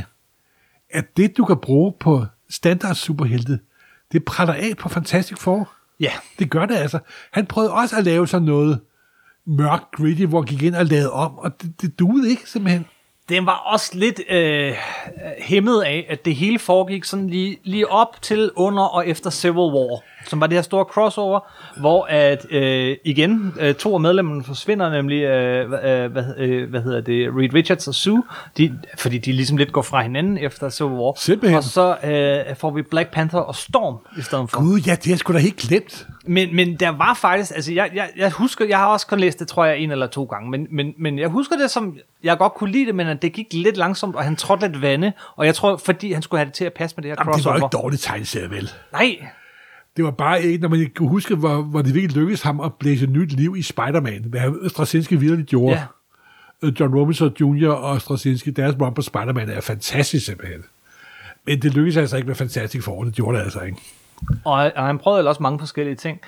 at det, du kan bruge på standard superhelte, det praller af på Fantastic Four. Ja. Det gør det altså. Han prøvede også at lave sådan noget mørkt, gritty, hvor han gik ind og lavede om, og det, det duede ikke simpelthen. Den var også lidt øh, hæmmet af, at det hele foregik sådan lige, lige op til, under og efter Civil War, som var det her store crossover, hvor at øh, igen øh, to af medlemmerne forsvinder, nemlig øh, øh, hvad, øh, hvad hedder det, Reed Richards og Sue, de, fordi de ligesom lidt går fra hinanden efter Civil War. Simpelthen. Og så øh, får vi Black Panther og Storm i stedet for. Gud, ja, det er sgu da helt glemt. Men, men der var faktisk, altså jeg, jeg, jeg husker, jeg har også kun læst det, tror jeg, en eller to gange, men, men, men jeg husker det som, jeg godt kunne lide det, men at det gik lidt langsomt, og han trådte lidt vande, og jeg tror, fordi han skulle have det til at passe med det her Jamen, crossover. det var ikke dårligt tegneserie, vel? Nej. Det var bare ikke, når man kunne huske, hvor, hvor det virkelig lykkedes ham at blæse et nyt liv i Spider-Man, hvad Straczynski virkelig gjorde. Ja. John Romita junior og Straczynski, deres run på Spider-Man er fantastisk simpelthen. Men det lykkedes altså ikke med Fantastic Four, det gjorde det altså ikke. Og, og han prøvede også mange forskellige ting.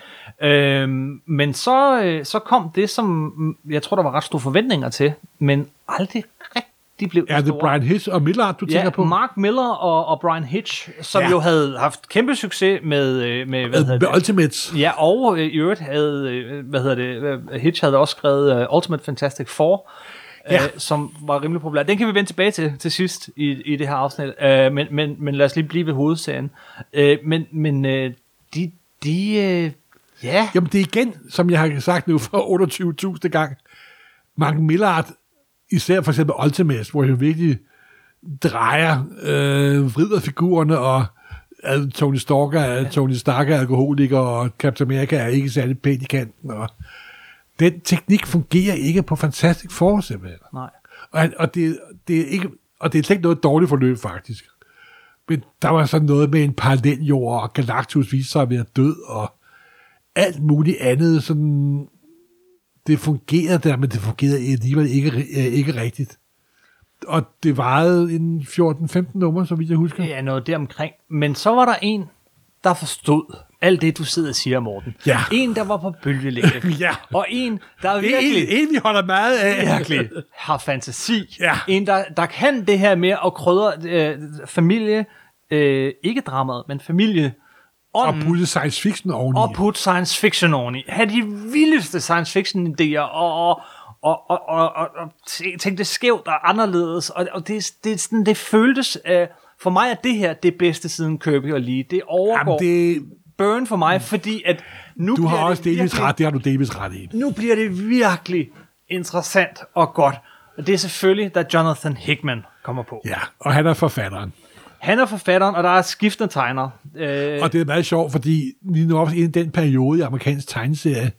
Øhm, men så, øh, så kom det, som jeg tror, der var ret store forventninger til, men aldrig rigtig blev Er det Brian Hitch og Millard, du ja, tænker på? Mark Miller og, og Brian Hitch, som ja. jo havde haft kæmpe succes med, med hvad hedder med det? Ultimates. Ja, og øh, i øvrigt havde, øh, hvad hedder det, Hitch havde også skrevet uh, Ultimate Fantastic Four, ja. øh, som var rimelig populær. Den kan vi vende tilbage til til sidst i, i det her afsnit, øh, men, men, men lad os lige blive ved hovedserien. Øh, men men øh, de, de øh, ja. Jamen det er igen, som jeg har sagt nu for otteogtyve tusind gang, Mark Millard, især for eksempel Ultimates, hvor han virkelig drejer, øh, vrider figurerne, og at Tony Stark er, ja. Tony Stark er alkoholiker, og Captain America er ikke særlig pænt i kanten, og den teknik fungerer ikke på Fantastic Four simpelthen. Nej. Og, og, det, det er ikke, og det er slet ikke noget dårligt forløb faktisk. Men der var sådan noget med en paralleljord, og Galactus viste sig at være død, og alt muligt andet, sådan, det fungerede der, men det fungerede alligevel ikke, ikke rigtigt. Og det varede en fjorten femten nummer, så vidt jeg husker. Ja, noget deromkring. Men så var der en, der forstod alt det, du sidder og siger, Morten. Ja. En, der var på bølgelængde. Ja. Og en, der virkelig... En, en, vi holder meget af. Virkelig har fantasi. Ja. En, der, der kan det her med at krydre øh, familie, øh, ikke dramaet, men familie, og putte science fiction oveni. Og putte science fiction oveni. Ha' de vildeste science fiction idéer, og, og, og, og, og, og, og tænke det skævt og anderledes. Og, og det, det, sådan, det føltes... Øh, for mig er det her det bedste siden Kirby og Lee. Det overgår Jamen, det... Burn for mig, fordi at nu du har også delvis virkelig, ret, det har du delvis ret i. Nu bliver det virkelig interessant og godt. Og det er selvfølgelig, da Jonathan Hickman kommer på. Ja, og han er forfatteren. Han er forfatteren, og der er skiftende tegnere. Øh... Og det er meget sjovt, fordi vi er nu også inde i den periode i amerikansk tegneserie,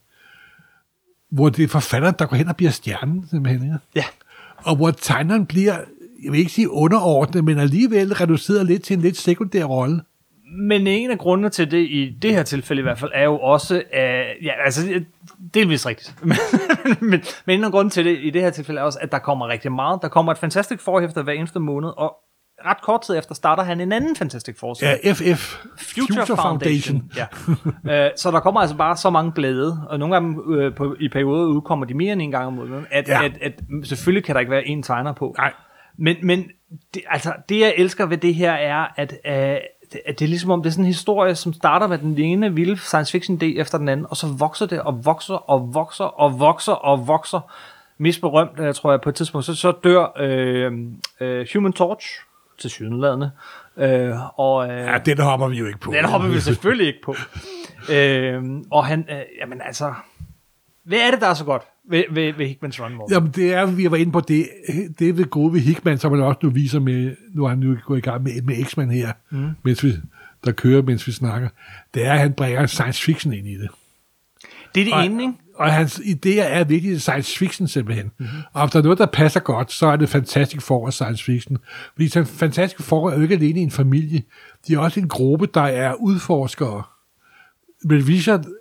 hvor det er forfatteren, der går hen og bliver stjernen, simpelthen. Ja. Og hvor tegneren bliver, jeg vil ikke sige underordnet, men alligevel reduceret lidt til en lidt sekundær rolle. Men en af grundene til det, i det her tilfælde i hvert fald, er jo også, uh, ja, altså, delvis rigtigt. men, men en af grunden til det, i det her tilfælde, er også, at der kommer rigtig meget. Der kommer et Fantastic Four efter hver eneste måned, og ret kort tid efter starter han en anden Fantastic Four. Ja, F F. Future, Future Foundation. Foundation. Ja. uh, så der kommer altså bare så mange blade, og nogle af dem uh, på, i perioder udkommer de mere end en gang om måneden, at, ja. at, at selvfølgelig kan der ikke være en tegner på. Nej. Men, men det, altså, det jeg elsker ved det her er, at uh, det, det er ligesom om, det er sådan en historie, som starter med den ene vilde science fiction idé efter den anden, og så vokser det, og vokser, og vokser, og vokser, og vokser. Mest berømt, jeg tror jeg, på et tidspunkt, så, så dør øh, øh, Human Torch, til sydenladende. Øh, og, øh, ja, den hopper vi jo ikke på. Den hopper vi selvfølgelig ikke på. øh, og han, øh, jamen altså, hvad er det, der er så godt ved, ved, ved Hickmans run? Jamen, det er, vi var inde på det, det er det gode ved Hickman, som han også nu viser med, nu er han nu gået i gang med, med X-Men her, mm. mens vi, der kører, mens vi snakker. Det er, at han bringer science fiction ind i det. Det er det og, ene, ikke? Og hans idéer er virkelig science fiction simpelthen. Mm-hmm. Og hvis der er noget, der passer godt, så er det Fantastic Four og science fiction. Fordi Fantastic Four er jo ikke alene en familie. De er også en gruppe, der er udforskere. Men Richard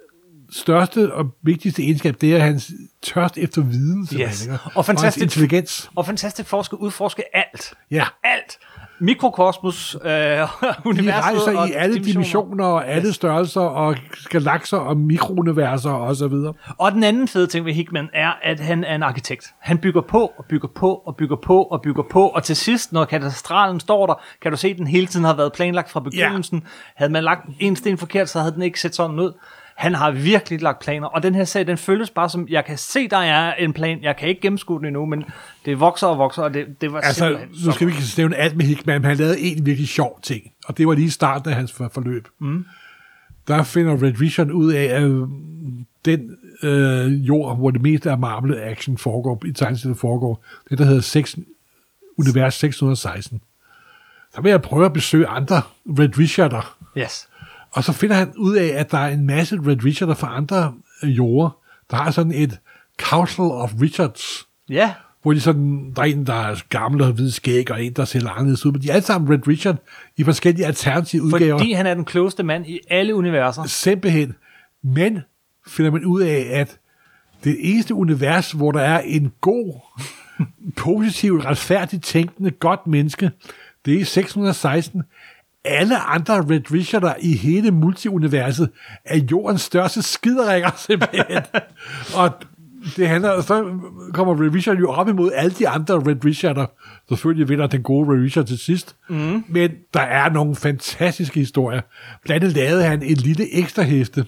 største og vigtigste egenskab, det er hans tørst efter viden, Yes. og, Og Fantastic- og intelligens. Og Fantastic Four skal udforske alt. Ja. Alt. Mikrokosmos, øh, De universet rejser og i alle dimensioner og alle yes. størrelser og galakser og mikrouniverser og så videre. Og den anden fede ting ved Hickman er, at han er en arkitekt. Han bygger på og bygger på og bygger på og bygger på, og til sidst, når katedralen står der, kan du se, at den hele tiden har været planlagt fra begyndelsen. Ja. Havde man lagt en sten forkert, så havde den ikke set sådan ud. Han har virkelig lagt planer, og den her sag, den føles bare som, jeg kan se, der er en plan, jeg kan ikke gennemskue den endnu, men det vokser og vokser, og det, det var altså, simpelthen... nu skal vi ikke stævne alt med Hickman, men han lavede en virkelig sjov ting, og det var lige starten af hans forløb. Mm. Der finder Red Richard ud af, at den øh, jord, hvor det meste af Marvel-action foregår, i tegneserier foregår, det der hedder seks, univers seks hundrede og seksten. Så vil jeg prøve at besøge andre Red Richarder. Yes. Og så finder han ud af, at der er en masse Red Richarder fra andre øh, jorder, der har sådan et Council of Richards, Ja. hvor de sådan, der er en, der er gammel og hvid skæg, og en, der ser anderledes ud, men de er alle sammen Red Richard i forskellige alternative udgaver. Fordi han er den klogeste mand i alle universer. Simpelthen. Men finder man ud af, at det eneste univers, hvor der er en god, positiv, retfærdigt tænkende, godt menneske, det er seks hundrede og seksten. Alle andre Red Richarder i hele multiuniverset er jordens største skideringer, simpelthen. Og det handler, så kommer Red Richard jo op imod alle de andre Red Richarder. Selvfølgelig vinder den gode Red Richard til sidst. Mm. Men der er nogle fantastiske historier. Blandt andet lavede han en lille ekstra hæfte.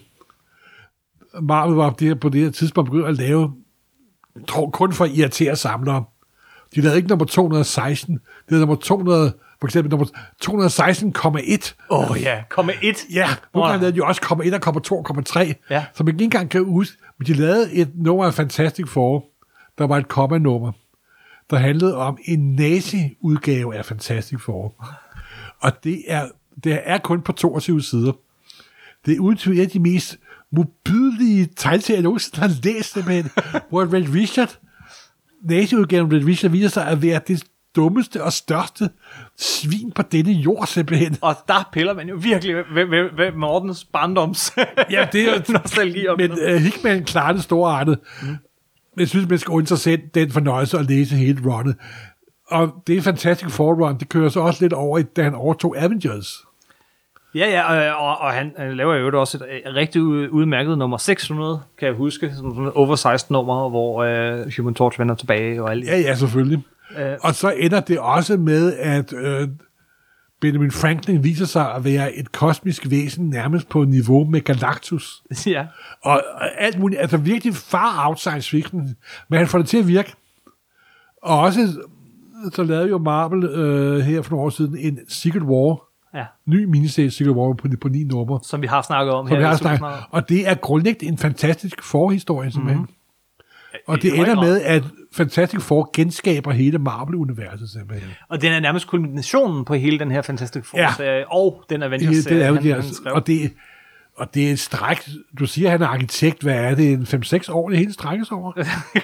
Marvel var det her, på det her tidspunkt begyndt at lave, tror kun for at irritere samlere. De lavede ikke nummer to hundrede og seksten, det lavede nummer to hundrede, for eksempel nummer to hundrede og seksten komma et. Åh oh, ja, komma et. Ja, nu oh, lavede de jo også komma et og komma to og komma tre, ja. som man ikke engang kan huske. Men de lavede et nummer af Fantastic Four, der var et komma-nummer, der handlede om en nazi-udgave af Fantastic Four. Og det er, det er kun på toogtyve sider. Det er uden tvivl af de mest modbydelige tegneserier, jeg nogensinde har læst, simpelthen, hvor Red Richard, nazi-udgaven Red Richard, viser sig at være det dummeste og største svin på denne jord, simpelthen. Og der piller man jo virkelig ved, ved, ved Mortens barndoms ja, det er jo nostalgi om. Men uh, Hickman klarer det store artet. Mm. Jeg synes, man skal undre sig selv den fornøjelse at læse hele runnet. Og det er Fantastic Four run, det kører så også lidt over, da han overtog Avengers. Ja, ja, og, og han, han laver jo også et rigtig udmærket nummer seks hundrede, kan jeg huske, som sådan et oversized nummer, hvor uh, Human Torch vender tilbage og alt. Ja, ja, selvfølgelig. Uh, og så ender det også med, at uh, Benjamin Franklin viser sig at være et kosmisk væsen, nærmest på niveau med Galactus. Ja. Og, og alt muligt, altså virkelig far out science fiction, men han får det til at virke. Og også, så lavede jo Marvel uh, her for nogle år siden en Secret War, ja. ny miniserie Secret War på, på ni nummer. Som vi har snakket om som her. Vi har snakket. Og det er grundlæggende en fantastisk forhistorie, simpelthen. Mm-hmm. Og det ender med, at Fantastic Four genskaber hele Marvel-universet, simpelthen. Og den er nærmest kulminationen på hele den her Fantastic Four-serie, ja. Og den Avengers-serie, det er jo han, det, han skrev. Og det, og det er et stræk, du siger, han er arkitekt, hvad er det, en fem seks år, det hele strækkes over?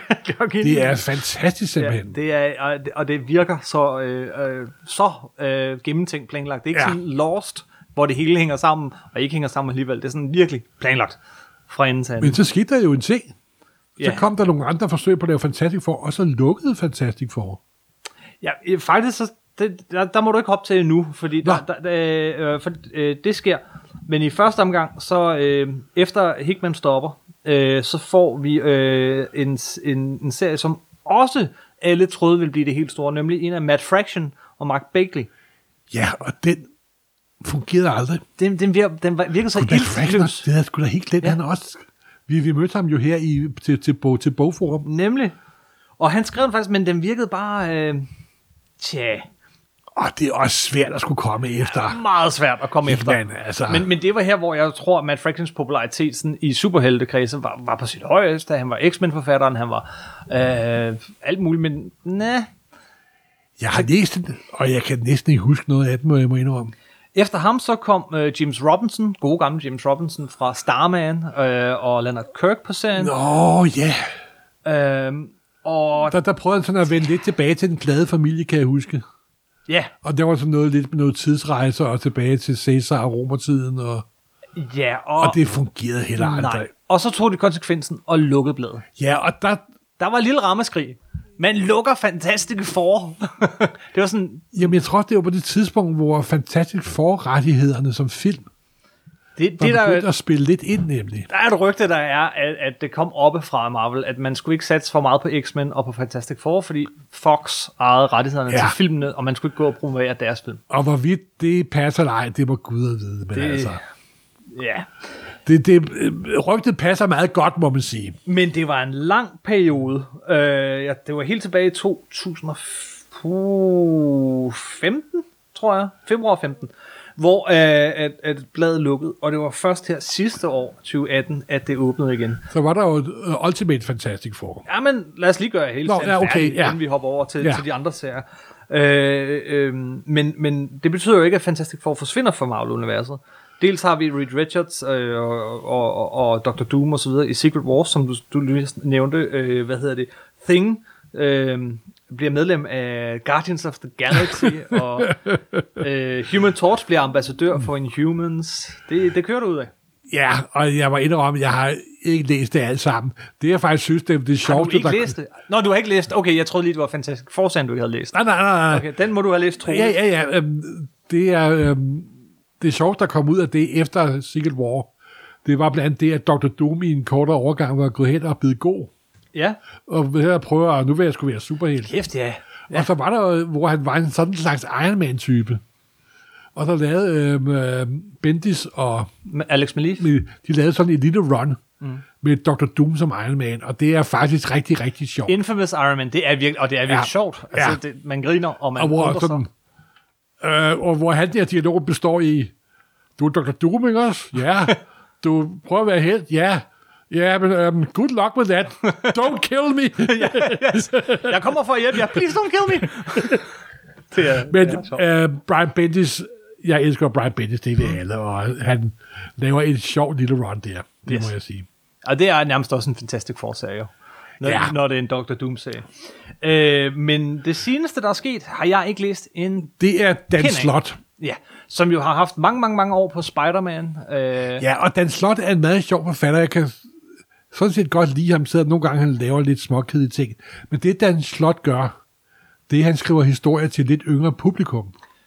Det er fantastisk, simpelthen. Ja, det er, og det virker så, øh, så øh, gennemtænkt planlagt. Det er ikke ja. sådan lost, hvor det hele hænger sammen, og ikke hænger sammen alligevel. Det er sådan virkelig planlagt fra enden til anden. Men så skete der jo en ting. Så ja. kom der nogle andre forsøg på at lave Fantastic Four, og så lukkede Fantastic Four. Ja, faktisk så, det, der, der må du ikke hoppe til endnu, fordi der, der, der, øh, for, øh, det sker. Men i første omgang, så øh, efter Hickman stopper, øh, så får vi øh, en, en, en serie, som også alle troede ville blive det helt store, nemlig en af Matt Fraction og Mark Bagley. Ja, og den fungerede aldrig. Den, den, virker, den virker så iltløs. Det havde sgu da helt glemt, ja. Han også. Vi, vi mødte ham jo her i, til, til, bog, til bogforum. Nemlig. Og han skrev den faktisk, men den virkede bare... Øh, tja... Og det er også svært at skulle komme efter. Ja, meget svært at komme efter. Man, altså. men, men det var her, hvor jeg tror, at Matt Fractions popularitet sådan, i superheltekredse var, var på sit højeste. Han var X-Men-forfatteren, han var øh, alt muligt, men næh. Jeg har læst den, og jeg kan næsten ikke huske noget af den, må jeg må indrømme. Efter ham så kom øh, James Robinson, gode gamle James Robinson fra Starman øh, og Leonard Kirk på serien. Nå, ja. Yeah. Øh, og der, der prøvede han sådan at vende lidt tilbage til den glade familie, kan jeg huske. Ja. Yeah. Og der var sådan noget lidt med noget tidsrejser og tilbage til Caesar og romertiden. Og... Ja, og, og det fungerede heller aldrig. Nej. Og så tog de konsekvensen og lukkede bladet. Ja, og der... Der var en lille rammeskrig. Man lukker Fantastic Four. Det var sådan... Jamen, jeg tror, det var på det tidspunkt, hvor Fantastic Four-rettighederne som film det, var det, der, begyndt at spille lidt ind, nemlig. Der er et rygte, der er, at, at det kom oppe fra Marvel, at man skulle ikke satse for meget på X-Men og på Fantastic Four, fordi Fox ejede rettighederne ja. til filmene, og man skulle ikke gå og promovere deres film. Og hvorvidt det passer eller ej, det må Gud at vide. Men det, altså... Ja... Det, det, rygtet passer meget godt, må man sige. Men det var en lang periode. Øh, ja, det var helt tilbage i to tusind og femten, tror jeg. februar femten, hvor øh, at, at bladet lukkede. Og det var først her sidste år, tyve atten, at det åbnede igen. Så var der jo uh, Ultimate Fantastic Four. Ja, men lad os lige gøre hele serien ja, okay, færdig, ja. inden vi hopper over til, ja. til de andre serier. Øh, øh, men, men det betyder jo ikke, at Fantastic Four forsvinder fra Marvel-universet. Dels har vi Reed Richards øh, og, og, og doktor Doom og så videre i Secret Wars, som du, du lige nævnte. Øh, hvad hedder det? Thing øh, bliver medlem af Guardians of the Galaxy, og øh, Human Torch bliver ambassadør for Inhumans. Det, det kører du ud af. Ja, og jeg var indrømme, jeg har ikke læst det alt sammen. Det jeg faktisk synes, det er det sjoveste. Har du ikke der... læst det? Nå, du har ikke læst. Okay, jeg troede lige, det var Fantastic Four, du ikke havde læst. Nej, nej, nej. Okay, den må du have læst, tror jeg. Ja, ja, ja. Øhm, det er... Øhm, det er sjovt, der kom ud af det efter Secret War. Det var blandt andet det, at doktor Doom i en kortere overgang var gået hen og blevet god. Ja. Og her prøver at nu vil jeg skulle være superhelt. Kæft, ja. ja. Og så var der jo, hvor han var en sådan slags Iron Man-type. Og så lavede øh, Bendis og... Alex Malief. De lavede sådan en lille run mm. med doktor Doom som Iron Man, og det er faktisk rigtig, rigtig sjovt. Infamous Iron Man, det er virkelig, og det er virkelig ja. sjovt. Altså, ja. det, man griner, og man og sådan, øh, og hvor han der dialog består i, du er doktor Doom, ikke også? Ja. Du prøver at være helt? Ja. Ja, men um, good luck with that. Don't kill me. ja, yes. Jeg kommer for at hjælpe jer. Please don't kill me. det er, men er uh, Brian Bendis, jeg elsker Brian Bendis, det er alle, og han laver et sjovt lille run der, det yes. må jeg sige. Og det er nærmest også en Fantastic Four-serie, når, ja. når det er en doktor Doom-serie. Øh, men det seneste, der er sket, har jeg ikke læst en... Det er Dan Slott. Ja, som jo har haft mange, mange, mange år på Spider-Man. Øh... Ja, og Dan Slott er en meget sjov forfatter. Jeg kan sådan set godt lide ham, selvom nogle gange han laver lidt småkedelige ting. Men det Dan Slott gør, det er, han skriver historier til lidt yngre publikum.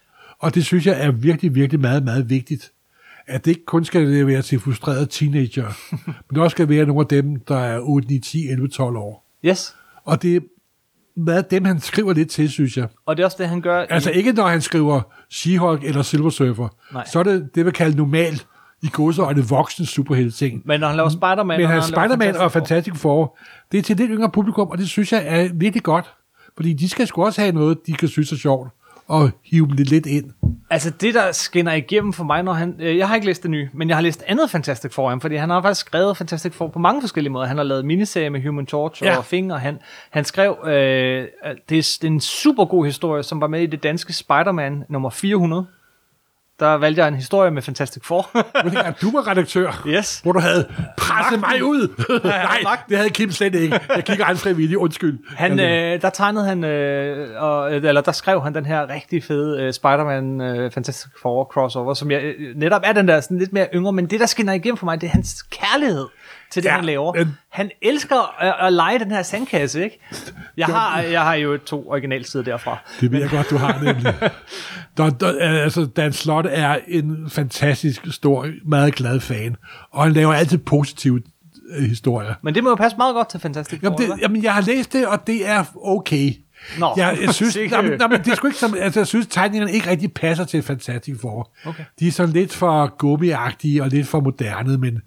Og det synes jeg er virkelig, virkelig meget, meget vigtigt. At det ikke kun skal være til frustrerede teenager, men det også skal være nogle af dem, der er otte, ni, ti, elleve, tolv år. Yes. Og det er meget dem, han skriver lidt til, synes jeg. Og det er også det, han gør... Altså i... ikke når han skriver She-Hulk eller Silver Surfer. Nej. Så er det det, vi kalder normalt i godseøjne voksne superhelte-ting. Men når han laver Spider-Man... Men han Spider-Man og Fantastic Four, det er til lidt yngre publikum, og det synes jeg er virkelig godt. Fordi de skal sgu også have noget, de kan synes er sjovt, og hive dem lidt, lidt ind. Altså det, der skinner igennem for mig, når han... Øh, jeg har ikke læst det nye, men jeg har læst andet Fantastic Four ham, fordi han har faktisk skrevet Fantastic Four på mange forskellige måder. Han har lavet miniserie med Human Torch ja. og Thing, og han, han skrev... Øh, det, er, det er en super god historie, som var med i det danske Spider-Man nummer fire hundrede. Der valgte jeg en historie med Fantastic Four. Du var redaktør, yes. hvor du havde presset mig ud. Nej, det havde Kim slet ikke. Jeg kigger aldrig frivilligt, undskyld. Han, øh, der tegnede han, øh, og, eller der skrev han den her rigtig fede øh, Spider-Man øh, Fantastic Four crossover, som jeg, øh, netop er den der sådan lidt mere yngre, men det der skinner igennem for mig, det er hans kærlighed til det, ja, han laver. Men... Han elsker at, at lege den her sandkasse, ikke? Jeg har, jeg har jo to originalsider derfra. Det ved jeg godt, du har nemlig. Der, der, altså, Dan Slott er en fantastisk stor, meget glad fan, og han laver altid positive øh, historier. Men det må jo passe meget godt til Fantastic Four, jamen, det, jamen, jeg har læst det, og det er okay. Nå, jeg, jeg synes, nej, men, nej, men det er sgu ikke som, altså, jeg synes, tegningerne ikke rigtig passer til Fantastic Four. Okay. De er sådan lidt for gummiagtige og lidt for moderne, men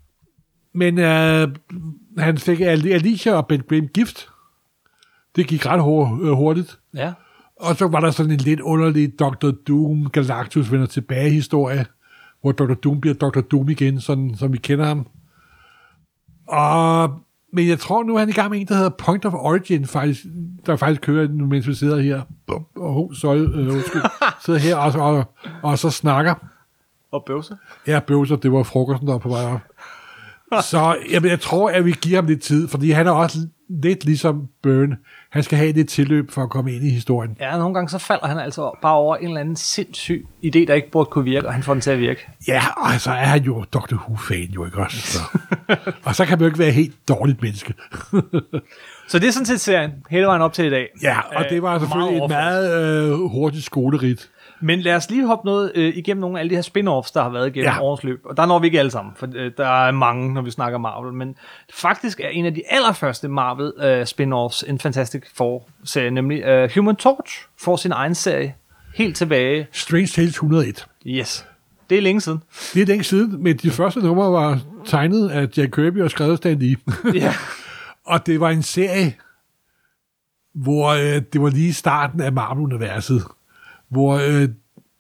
Men øh, han fik Alicia og Ben Grimm gift. Det gik ret hurtigt. Ja. Og så var der sådan en lidt underlig doktor Doom, Galactus vender tilbage historie, hvor doktor Doom bliver doktor Doom igen, sådan som vi kender ham. Og, men jeg tror nu, er han i gang med en, der hedder Point of Origin, faktisk, der faktisk kører, nu mens vi sidder her. Og sorry, øh, undskyld. sidder her og, og, og, og så snakker. Og bøvser. Ja, bøvser, det var frokosten, der var på vej op. Så jamen, jeg tror, at vi giver ham lidt tid, fordi han er også lidt ligesom Byrne. Han skal have det tilløb for at komme ind i historien. Ja, nogle gange så falder han altså bare over en eller anden sindssyg idé, der ikke burde kunne virke, og han får den til at virke. Ja, og så er han jo Doctor Who-fan jo, ikke også? Så. Og så kan man jo ikke være et helt dårligt menneske. Så det er sådan set serien, hele vejen op til i dag. Ja, og det var selvfølgelig et meget øh, hurtigt skolerit. Men lad os lige hoppe noget øh, igennem nogle af alle de her spin-offs, der har været igennem ja. årets løb. Og der når vi ikke alle sammen, for øh, der er mange, når vi snakker Marvel. Men faktisk er en af de allerførste Marvel øh, spin-offs en Fantastic Four-serie, nemlig øh, Human Torch får sin egen serie helt tilbage. Strange Tales et hundrede og et. Yes. Det er længe siden. Det er længe siden, men de første numre var tegnet af Jack Kirby og skrevet af Stan Lee. Ja. Og det var en serie, hvor øh, det var lige starten af Marvel-universet. Hvor øh,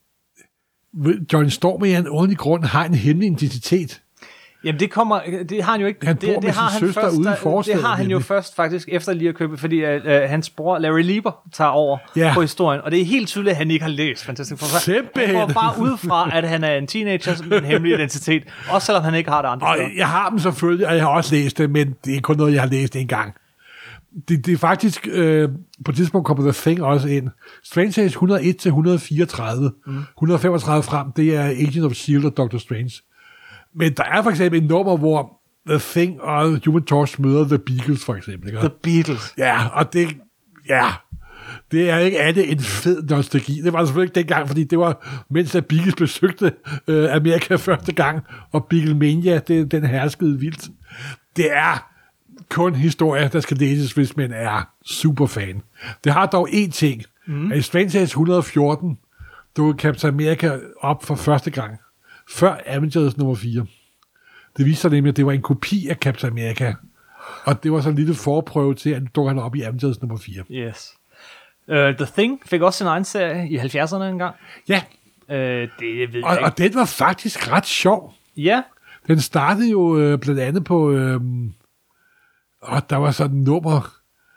John Storm i en ordentlig grund har en hemmelig identitet. Jamen det kommer, det har han jo ikke. Han bor det, med det sin har han søster først, ude i der, forstaden. Det har han jo først faktisk efter lige at købe, fordi uh, hans bror Larry Lieber tager over ja. på historien, og det er helt tydeligt, at han ikke har læst Fantastic Four. Simpelthen. Han går bare ud fra, at han er en teenager med en hemmelig identitet, også selvom han ikke har det andre. Og jeg har dem selvfølgelig, og jeg har også læst det, men det er kun noget, jeg har læst en gang. Det, det er faktisk, øh, på et tidspunkt kommer The Thing også ind. Strange Tales et hundrede og et til et hundrede og fireogtredive. Mm. et hundrede og femogtredive frem, det er Agent of S H I E L D og Doctor Strange. Men der er for eksempel en nummer, hvor The Thing og Human Torch møder The Beatles, for eksempel. Ikke? The Beatles. Ja, og det, ja, det er ikke andet en fed nostalgi. Det var selvfølgelig ikke dengang, fordi det var, mens at Beatles besøgte øh, Amerika første gang, og Beatlemania, det, den herskede vildt. Det er kun historie, der skal læses, hvis man er superfan. Det har dog én ting. Mm. At i Strange Tales et hundrede og fjorten dukkede Captain America op for første gang. Før Avengers nummer fire. Det viste sig nemlig, at det var en kopi af Captain America. Og det var så en lille forprøve til, at dukker han op i Avengers nummer fire. Yes. Uh, The Thing fik også sin egen serie i halvfjerdserne engang. Ja. Uh, det ved og, jeg ikke. Og den var faktisk ret sjov. Ja. Den startede jo øh, blandt andet på... Øh, og der var sådan en nummer...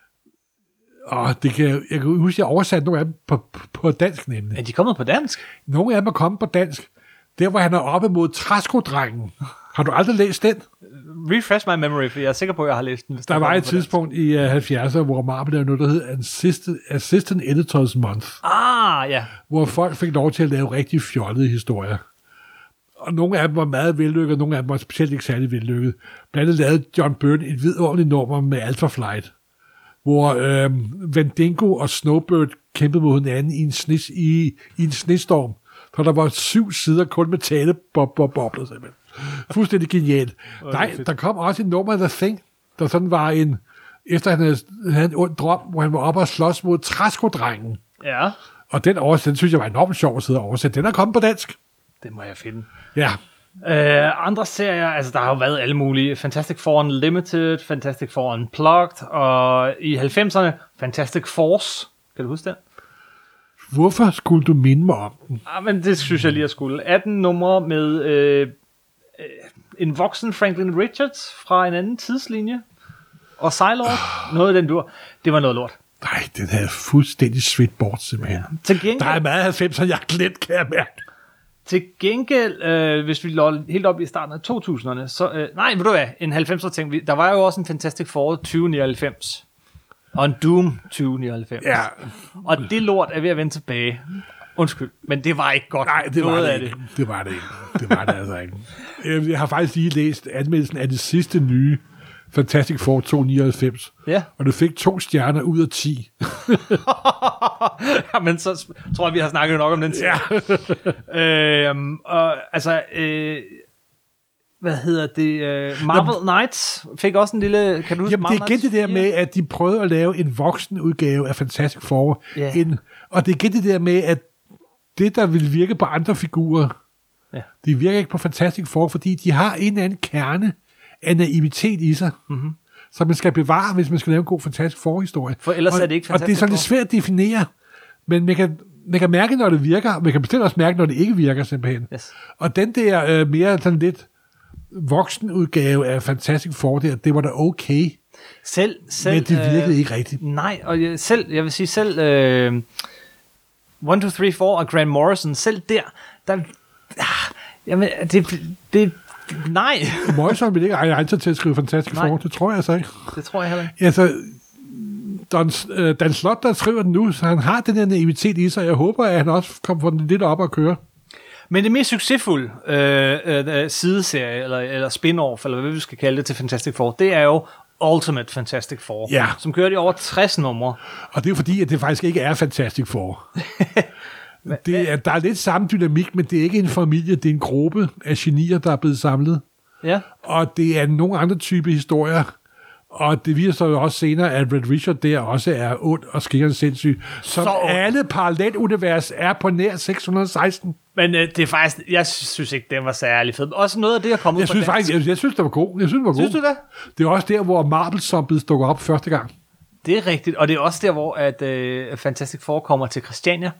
Og det kan, jeg kan huske, at jeg oversatte nogle af dem på, på dansk nemlig. Er de kommet på dansk? Nogle af dem er kommet på dansk. Der, hvor han er oppe mod Træskodrengen. Har du aldrig læst den? Refresh my memory, for jeg er sikker på, at jeg har læst den. Der var et tidspunkt dansk. i uh, halvfjerdserne, hvor Marvel lavede noget, der hed Assistant, Assistant Editors Month. Ah, ja. Hvor folk fik lov til at lave rigtig fjollede historier. Og nogle af dem var meget vellykket, og nogle af dem var specielt ikke særlig vellykket. Blandt andet lavede John Byrne et vidunderligt nummer med Alpha Flight, hvor øh, Vendingo og Snowbird kæmpede mod hinanden i en, snes, i, i en snestorm. For der var syv sider kun med talebobler, simpelthen. Fuldstændig genialt. Nej, der kom også et nummer af The Thing, der sådan var en, efter han havde, havde en ond drøm, hvor han var oppe og slås mod Træskodrengen. Ja. Og den oversæt, den synes jeg var enormt sjov at sidde og oversætte. Den er kommet på dansk. Det må jeg finde. Ja. Uh, andre serier, altså der har jo været alle mulige. Fantastic Four Unlimited, Fantastic Four Unplugged, og i halvfemserne Fantastic Force. Kan du huske den? Hvorfor skulle du minde mig om den? Ah, men det synes jeg lige, jeg skulle. atten numre med øh, øh, en voksen Franklin Richards fra en anden tidslinje. Og Psylord, oh. noget af den dur. Det var noget lort. Nej, den havde fuldstændig svedt bort, simpelthen. Ja. Til gengæld, der er meget halvfemser, jeg har glemt, kan jeg mærke. Til gengæld, øh, hvis vi lå helt op i starten af to tusinderne, så... Øh, nej, ved du hvad, en halvfemser ting. Der var jo også en Fantastic Four tyve nioghalvfems. Og en Doom tyve nioghalvfems. Ja. Og det lort er ved at vende tilbage. Undskyld, men det var ikke godt. Nej, det var det ikke. Det. det var det ikke. Det var det altså ikke. Jeg har faktisk lige læst anmeldelsen af det sidste nye Fantastic Four to nioghalvfems. Ja. Og du fik to stjerner ud af ti. Jamen, så tror jeg, vi har snakket nok om den tid. Ja. øhm, og, altså, øh, hvad hedder det? Øh, Marvel Jamen, Knights fik også en lille... Kan du huske Jamen, det er igen det der med, at de prøvede at lave en voksen udgave af Fantastic Four. Yeah. En, og det er igen det der med, at det, der vil virke på andre figurer, ja. det virker ikke på Fantastic Four, fordi de har en eller anden kerne af naivitet i sig, mm-hmm. som man skal bevare, hvis man skal lave en god Fantastic Four-historie. For ellers og, er det ikke Fantastic Og det er sådan lidt svært at definere, men man kan, man kan mærke, når det virker, man kan bestemt også mærke, når det ikke virker, simpelthen. Yes. Og den der øh, mere sådan lidt voksen udgave af Fantastic Four, der, det var da okay. Selv, selv, men det virkede øh, ikke rigtigt. Nej, og jeg, selv, jeg vil sige selv, øh, one, two, three, four og Grant Morrison, selv der, der ah, jamen, det, det Nej. Morrison vil ikke eje egen til at skrive Fantastic Four. Det tror jeg altså ikke. Det tror jeg heller ikke. Altså, Dan, øh, Dan Slott, der skriver den nu, så han har den der naivitet i sig. Jeg håber, at han også kommer for den lidt op og køre. Men det mest succesfulde øh, øh, sideserie, eller, eller spin-off, eller hvad vi skal kalde det til Fantastic Four, det er jo Ultimate Fantastic Four, ja. som kører i over tres numre. Og det er jo fordi, at det faktisk ikke er Fantastic Four. det er, der er lidt samme dynamik, men det er ikke en familie, det er en gruppe af genier, der er blevet samlet. Ja. Og det er nogle andre typer historier. Og det viser sig jo også senere, at Red Richard der også er ond og skængende sindssyg. Som så alle parallelunivers er på nær seks hundrede og seksten. Men øh, det er faktisk, jeg synes ikke, det var særlig fedt. Også noget af det, der kom ud jeg synes fra faktisk, jeg, jeg synes, det var god. Jeg synes, det var synes god. du det? Det er også der, hvor Marvel-zombies dukker op første gang. Det er rigtigt, og det er også der, hvor at, øh, Fantastic Four kommer til Christiania.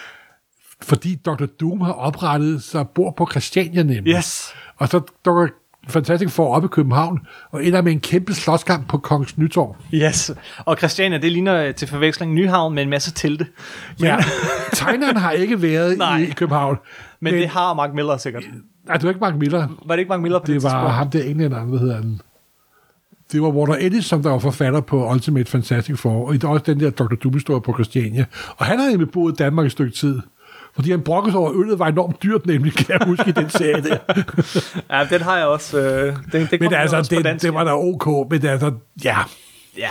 Fordi doktor Doom har oprettet sig bor på Christiania nemlig. Yes. Og så dukker Fantastic Four op i København, og ender med en kæmpe slåskamp på Kongens Nytorv. Yes, og Christiania, det ligner til forveksling Nyhavn med en masse telte. Men... Ja, tegneren har ikke været i København. Men, men det har Mark Miller sikkert. Nej, det var ikke Mark Miller. Var det ikke Mark Miller på det Det var tidspunkt? Ham der englænderen, hvad hedder han? Det var Walter Ellis, som der var forfatter på Ultimate Fantastic Four, og det er også den der doktor Doom-historie på Christiania. Og han har nemlig boet i Danmark et stykke tid. Fordi han brokkede over, øllet var enormt dyrt, nemlig, kan jeg huske i den serie der. Ja, den har jeg også. Øh, den, den men altså, også det, det var da ok, men altså, ja. Ja.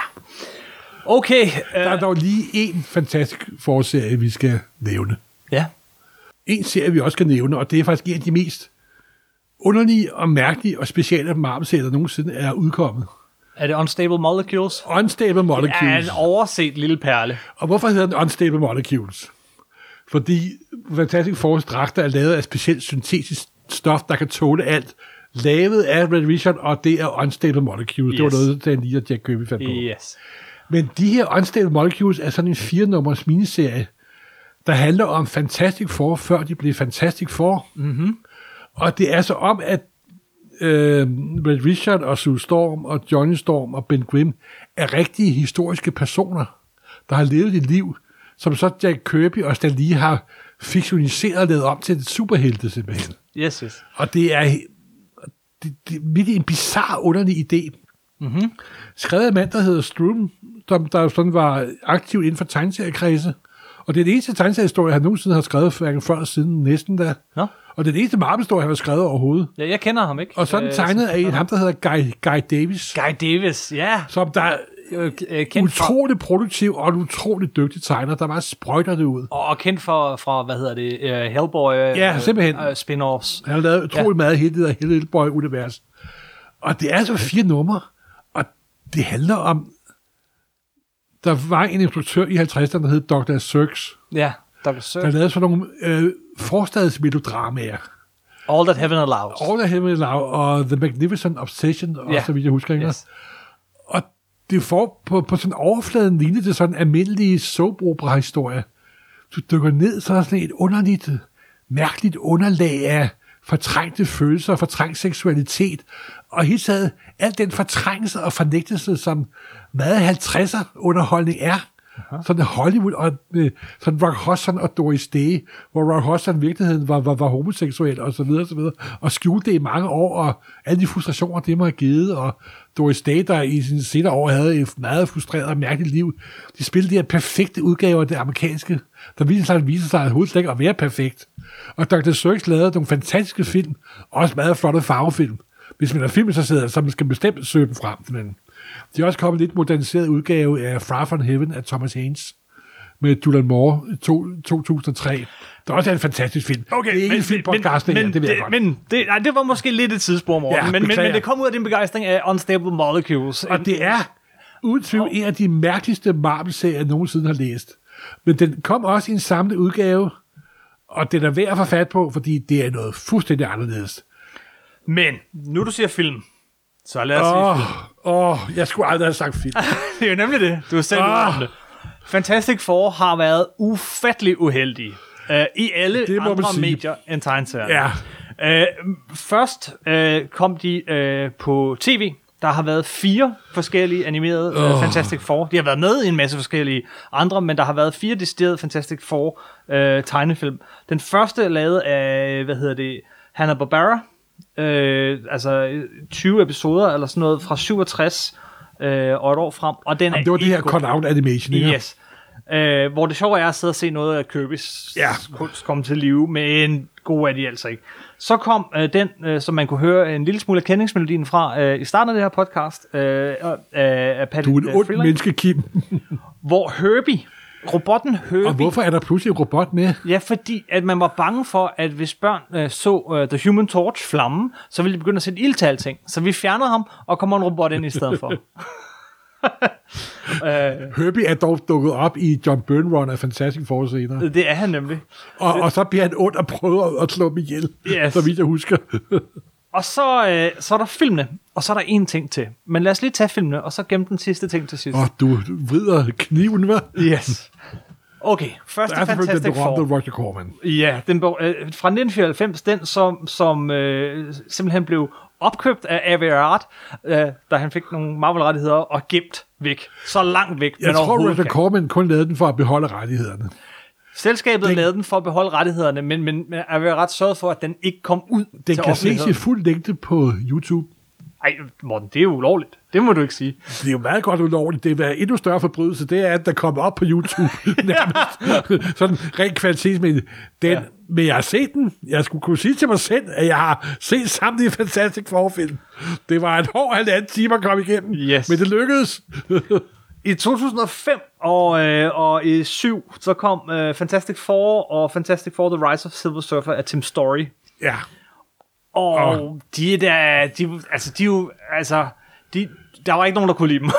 Okay. Uh... Der er dog lige en fantastisk forserie, vi skal nævne. Ja. En serie, vi også skal nævne, og det er faktisk en af de mest underlige og mærkelige og specielle Marvel-serier, der nogensinde er udkommet. Er det Unstable Molecules? Unstable Molecules. Det er en overset lille perle. Og hvorfor hedder den Unstable Molecules? Fordi Fantastic Fours dragter er lavet af specielt syntetisk stof, der kan tåle alt. Lavet af Red Richard, og det er Unstable Molecules. Yes. Det var noget, der lige Jack Kirby fandt på. Yes. Men de her Unstable Molecules er sådan en fire-nummers miniserie, der handler om Fantastic Four, før de blev Fantastic Four. Mm-hmm. Og det er så om, at øh, Red Richard og Sue Storm og Johnny Storm og Ben Grimm er rigtige historiske personer, der har levet et liv, som så Jack Kirby og Stan Lee har fiktioniseret og lavet om til et superhelte, simpelthen. Yes, yes. Og det er, det, det er midt i en bizarre, underlig idé. Mm-hmm. Skrevet af en mand, der hedder Strum, der, der sådan var aktiv inden for tegneseriekredse. Og det er det eneste tegneseriehistorie, han nogensinde har skrevet, hverken før og siden næsten da. Nå. Og det er det eneste Marvel-historie, han har skrevet overhovedet. Ja, jeg kender ham ikke. Og sådan øh, tegnet af en, ham, der hedder Guy, Guy Davis. Guy Davis, ja. Som der er utrolig produktiv og en utrolig dygtig tegner, der bare sprøjter det ud. Og, og kendt for, fra, hvad hedder det, uh, Hellboy ja, simpelthen. Uh, spin-offs. Han har lavet utrolig ja. meget hele det der Hellboy-univers. Og det er altså fire numre, og det handler om, der var en instruktør i halvtredserne, der hed doktor Sirks. Ja, doktor Sirks. Der lavede sådan nogle øh, forstadsmelodramaer. All That Heaven Allows. All That Heaven Allows, og The Magnificent Obsession, og yeah. så vidt jeg husker ikke. Yes. Og det får på, på sådan overfladen lignende til sådan en almindelig soap-opera-historie. Du dykker ned, så er der sådan et underligt, mærkeligt underlag af fortrængte følelser, fortrængt seksualitet, og helt taget al den fortrængelse og fornægtelse, som meget halvtredser underholdning er. Uh-huh. Sådan Hollywood, og øh, sådan Rock Hudson og Doris Day, hvor Rock Hudson i virkeligheden var, var, var homoseksuel, og så videre, og så videre, og skjulte det i mange år, og alle de frustrationer, det må have givet, og Doris Day, der i sine senere år havde et meget frustreret og mærkeligt liv, de spillede de her perfekte udgaver af det amerikanske, der viser sig, viser sig at hovedet ikke at være perfekt. Og doktor Sirks lavede nogle fantastiske film, også meget flotte farvefilm. Hvis man er film, så sidder så man skal bestemt søge dem frem, men de er også kommet lidt moderniseret udgave af Far From Heaven af Thomas Haynes med Julianne Moore i to tusind og tre. Der også er en fantastisk film. Okay, det er ikke en filmpodcasting, men, ja, det ved jeg det, godt. Men det, nej, det var måske lidt et tidsspor, Morten, ja, men, men, men det kom ud af din begejstring af Unstable Molecules. Og det er uden tvivl en af de mærkeligste Marvel-serier, jeg nogensinde har læst. Men den kom også i en samlet udgave, og den er værd at få fat på, fordi det er noget fuldstændig anderledes. Men, nu du siger film, så lad os oh, sige film. Åh, oh, jeg skulle aldrig have sagt film. Det er jo nemlig det. Du er selv oh. det. Fantastic Four har været ufattelig uheldige uh, i alle andre medier end tegneserier. Ja. Uh, først uh, kom de uh, på tv. Der har været fire forskellige animerede uh, oh. Fantastic Four. De har været med i en masse forskellige andre, men der har været fire deciderede Fantastic Four uh, tegnefilm. Den første er lavet af, hvad hedder det, Hanna-Barbera, øh, altså tyve episoder eller sådan noget fra syvogtres øh, og et år frem, og den Jamen, er det var det her god. cut-out animation, ikke? Yes. Øh, hvor det sjove er at sidde og se noget af Kirby's Ja. kunst komme til live, men god er de altså ikke. Så kom øh, den, øh, som man kunne høre en lille smule af kendingsmelodien fra øh, i starten af det her podcast, øh, øh, af Patty Du er en ond Freeland, menneske, Kim. hvor Herbie, robotten Herbie, Og hvorfor er der pludselig en robot med? ja, fordi at man var bange for, at hvis børn øh, så uh, The Human Torch flamme, så ville de begynde at sætte ild til alting. Så vi fjernede ham, og kommer en robot ind i stedet for. uh, Herbie er dog dukket op i John Byrne Run af Fantastic Four senere. det er han nemlig. Og, og så bliver han ond og prøver at slå dem ihjel, Yes. så vidt jeg husker. Og så, øh, så er der filmene, og så er der en ting til. Men lad os lige tage filmene, og så gemme den sidste ting til sidst. Og du vrider kniven, hva'? Yes. Okay, Der første er selvfølgelig Fantastic den berømte Four. Roger Corman. Ja, den, øh, fra nitten fireoghalvfems, den som, som øh, simpelthen blev opkøbt af Avi Arad, øh, da han fik nogle Marvel-rettigheder, og gemt væk. Så langt væk. Jeg man tror, overhovedet Roger kan. Corman kun lavede den for at beholde rettighederne. Selskabet Den- lavede den for at beholde rettighederne, men, men, men Avi Arad sørgede for, at den ikke kom ud Den til kan ses i offentligheden. fuld længde på YouTube. Ej, Morten, det er jo ulovligt. Det må du ikke sige. Det er jo meget godt ulovligt. Det er en endnu større forbrydelse, det er, at der kommer op på YouTube. nærmest. Sådan rent kvalitetsmæssigt. Den, Ja. Men jeg har set den. Jeg skulle kunne sige til mig selv, at jeg har set samtlige Fantastic Four-film. Det var en hård halvanden time at komme igennem. Yes. Men det lykkedes. I to tusind og fem og, øh, og i syv, så kom øh, Fantastic Four og Fantastic Four The Rise of Silver Surfer af Tim Story. Ja. Og Og- de er der, de, altså de er jo, altså, de, der var ikke nogen, der kunne lide dem.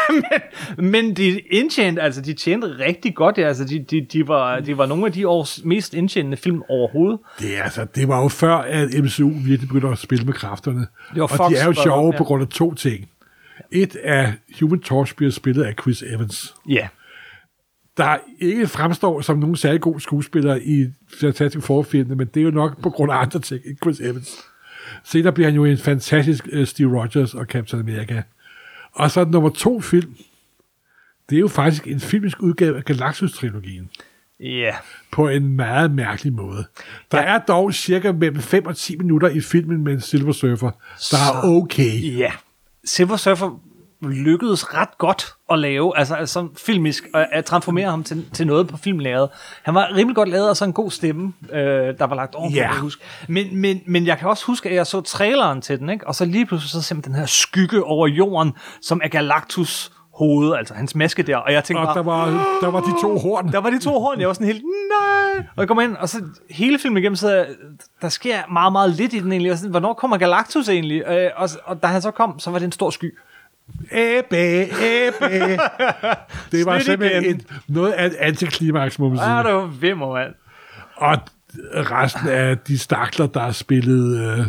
men, men de indtjente, altså de tjente rigtig godt, ja. Altså de, de, de, var, de var nogle af de års mest indtjenende film overhovedet. Det, er, altså, det var jo før, at M C U virkelig begyndte at spille med kræfterne. Det var og Fox, de er jo der sjove var- ja. på grund af to ting. Et er Human Torch bliver spillet af Chris Evans, Ja, der ikke fremstår som nogen særlig god skuespiller i Fantastic Four-filmene, men det er jo nok på grund af andre ting end Chris Evans. Senere bliver han jo en fantastisk uh, Steve Rogers og Captain America. Og så nummer to film, det er jo faktisk en filmisk udgave af Galactus-trilogien. ja. På en meget mærkelig måde. Der er dog cirka mellem fem og ti minutter i filmen med en Silver Surfer, der er okay. Ja. Silver Surfer lykkedes ret godt at lave, altså, altså filmisk, at, at transformere ham til, til noget på filmlæret. Han var rimelig godt lavet, og så en god stemme, øh, der var lagt ovenpå, Ja. kan jeg huske. Men, men, men jeg kan også huske, at jeg så traileren til den, ikke? Og så lige pludselig så simpelthen den her skygge over jorden, som er Galactus hoved, altså hans maske der, og jeg tænkte Og bare, der var, der var de to horn. der var de to horn, jeg var sådan helt, nej, og jeg kommer ind, og så hele filmen igennem, så der sker meget, meget lidt i den egentlig, og sådan, hvornår kommer Galactus egentlig? Øh, og, og da han så kom, så var det en stor sky. Æbæ, æbæ. Det var Snydt simpelthen igen. et, noget af et antiklimaks, må man Ja, sige. det var vimmer, mand. Og resten af de stakler, der er spillet, øh,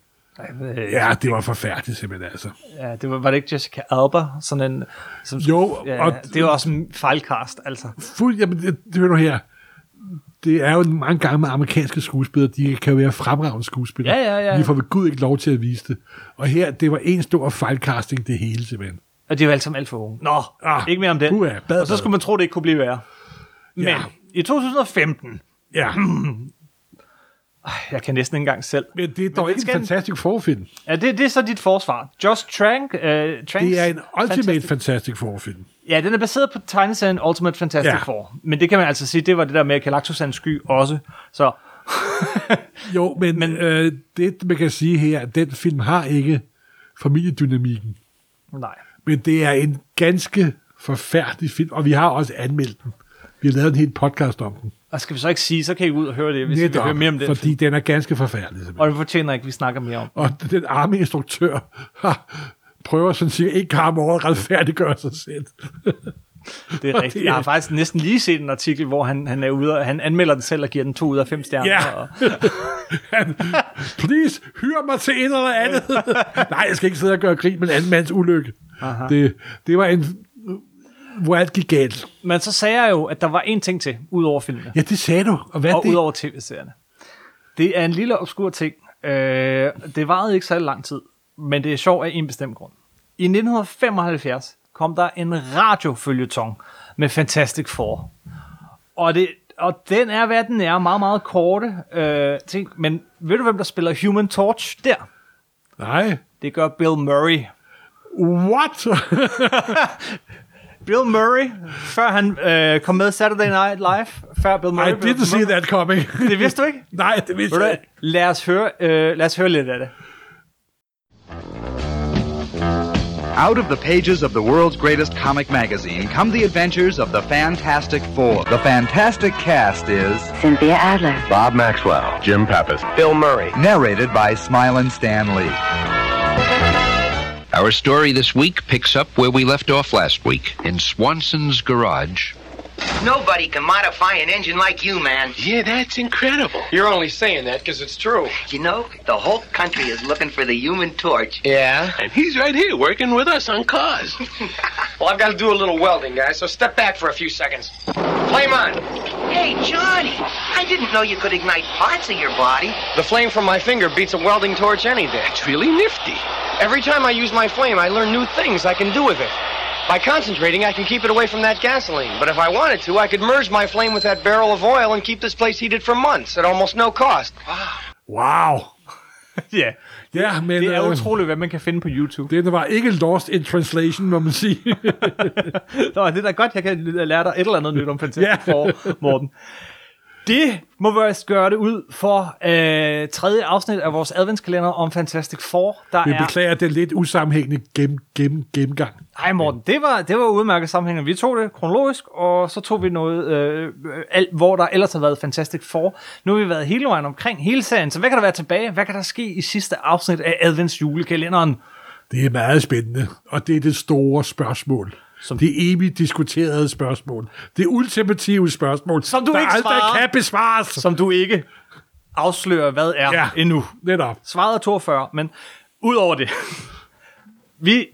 ja, det var forfærdeligt simpelthen, altså. Ja, det var, var det ikke Jessica Alba? Sådan en, som, Jo, ja, og- det var også en fejlcast, altså. Fuld, jamen, det, det hører nu her. Det er jo mange gange med amerikanske skuespillere, de kan jo være fremragende skuespillere. Ja, ja, ja. Vi får ved Gud ikke lov til at vise det. Og her, det var en stor fejlcasting, det hele simpelthen. Og de var alle sammen alt for unge. Nå, Ah, ikke mere om den. puha, bad, Og så bad. skulle man tro, det ikke kunne blive værre. Men Ja. i to tusind og femten, Ja, jeg kan næsten ikke engang selv. men det er dog Men ikke en skal- fantastisk forfilm. Ja, det, det er så dit forsvar. Josh Trank, uh, Tranks, Det er en ultimate Fantastic- fantastic forfilm. Ja, den er baseret på tegneserien Ultimate Fantastic Ja. Four. Men det kan man altså sige, det var det der med Galactus er en sky også. Så Jo, men, Men- men øh, det man kan sige her, at den film har ikke familiedynamikken. nej. Men det er en ganske forfærdelig film, og vi har også anmeldt den. Vi har lavet en hel podcast om den. Og skal vi så ikke sige, så kan I gå ud og høre det, hvis I vil Netop, høre mere om den fordi film. den er ganske forfærdelig. simpelthen. Og det fortjener ikke, at vi snakker mere om. Og den arme instruktør har, prøver sådan cirka en gang om året at retfærdiggøre sig selv. Det er rigtigt. Jeg har faktisk næsten lige set en artikel, hvor han, han er ude og han anmelder den selv og giver den to ud af fem stjerner. Ja. Og, Please, hyr mig til et eller andet. Nej, jeg skal ikke sidde og gøre grin med en anden mands ulykke. Det, det var en, hvor alt gik galt. men så sagde jeg jo, at der var en ting til, ud over filmene. Ja, det sagde du. Og hvad er Og det? ud over tv-serierne. Det er en lille obskur ting. Øh, det varede ikke så lang tid, men det er sjovt af en bestemt grund. I nitten femoghalvfjerds kom der en radioføljeton med Fantastic Four. Og, det, Og den er, hvad den er. Meget, meget korte øh, ting. Men ved du, hvem der spiller Human Torch der? Nej. Det gør Bill Murray. What? Bill Murray, før han øh, kom med Saturday Night Live. Før Bill Murray. I didn't see that coming. Det vidste du ikke? Nej, det vidste jeg ikke. Lad os høre, øh, lad os høre lidt af det. Out of the pages of the world's greatest comic magazine come the adventures of the Fantastic Four. The Fantastic Cast is Cynthia Adler, Bob Maxwell, Jim Pappas, Bill Murray. Narrated by Smilin' Stan Lee. Our story this week picks up where we left off last week, in Swanson's garage. Nobody can modify an engine like you, man. Yeah, that's incredible. You're only saying that because it's true. You know, the whole country is looking for the Human Torch. Yeah? And he's right here working with us on cars. Well, I've got to do a little welding, guys, so step back for a few seconds. Flame on. Hey, Johnny, I didn't know you could ignite parts of your body. The flame from my finger beats a welding torch any day. It's really nifty. Every time I use my flame, I learn new things I can do with it. By concentrating, I can keep it away from that gasoline. But if I wanted to, I could merge my flame with that barrel of oil and keep this place heated for months at almost no cost. Wow. Ja, Ja, men det er øh, utroligt, hvad man kan finde på YouTube. det var ikke lost in translation, må man sige. Nå, det er da godt, jeg kan lære dig et eller andet nyt om Fantastic Ja. Four, Morten. Det må vi gøre det ud for øh, tredje afsnit af vores adventskalender om Fantastic Four. Der Vi er... beklager den lidt usammenhængende gennem, gennem, gennemgang. Ej Morten, det var, det var udmærket sammenhængende. Vi tog det kronologisk, og så tog vi noget, øh, alt, hvor der ellers har været Fantastic Four. Nu har vi været hele vejen omkring hele serien, så hvad kan der være tilbage? Hvad kan der ske i sidste afsnit af Advents julekalenderen? Det er meget spændende, og det er det store spørgsmål. Som det evigt diskuterede spørgsmål. Det ultimative spørgsmål, Som du der ikke aldrig svarer. kan besvares. Som du ikke afslører, hvad er Ja, endnu. netop. Svaret er toogfyrre, men ud over det. Vi...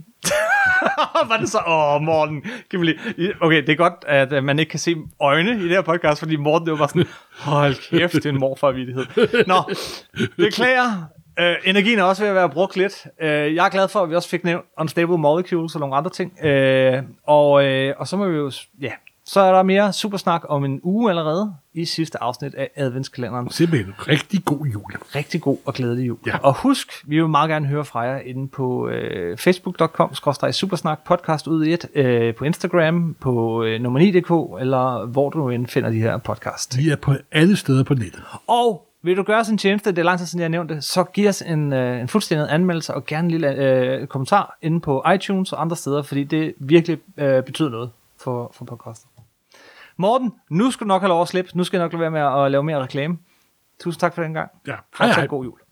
var det så... Åh, oh, Morten. Kan vi lige... Okay, det er godt, at man ikke kan se øjne i det her podcast, fordi Morten, det var bare sådan, hold kæft, det er en morfarvittighed. Nå, beklager. Uh, energien er også ved at være brugt lidt. Uh, jeg er glad for, at vi også fik nævnt Unstable Molecules og nogle andre ting. Uh, og, uh, og så må vi jo... Ja, så er der mere supersnak om en uge allerede i sidste afsnit af adventskalenderen. Simpelthen rigtig god jul. Rigtig god og glædelig jul. Ja. Og husk, vi vil meget gerne høre fra jer inde på øh, facebook punktum com skråstreg supersnak podcast ud i et, øh, på Instagram, på øh, nummer ni punktum d k, eller hvor du end finder de her podcast. Vi er på alle steder på nettet. Og vil du gøre os en tjeneste, det er lang tid siden jeg nævnte det, så giv os en, øh, en fuldstændig anmeldelse og gerne en lille øh, kommentar inde på iTunes og andre steder, fordi det virkelig øh, betyder noget for, for podcasten. Morten, nu skal du nok have lov at slippe. Nu skal jeg nok lade være med at lave mere reklame. Tusind tak for den gang. Ja. Og Hej, så hej. god jul.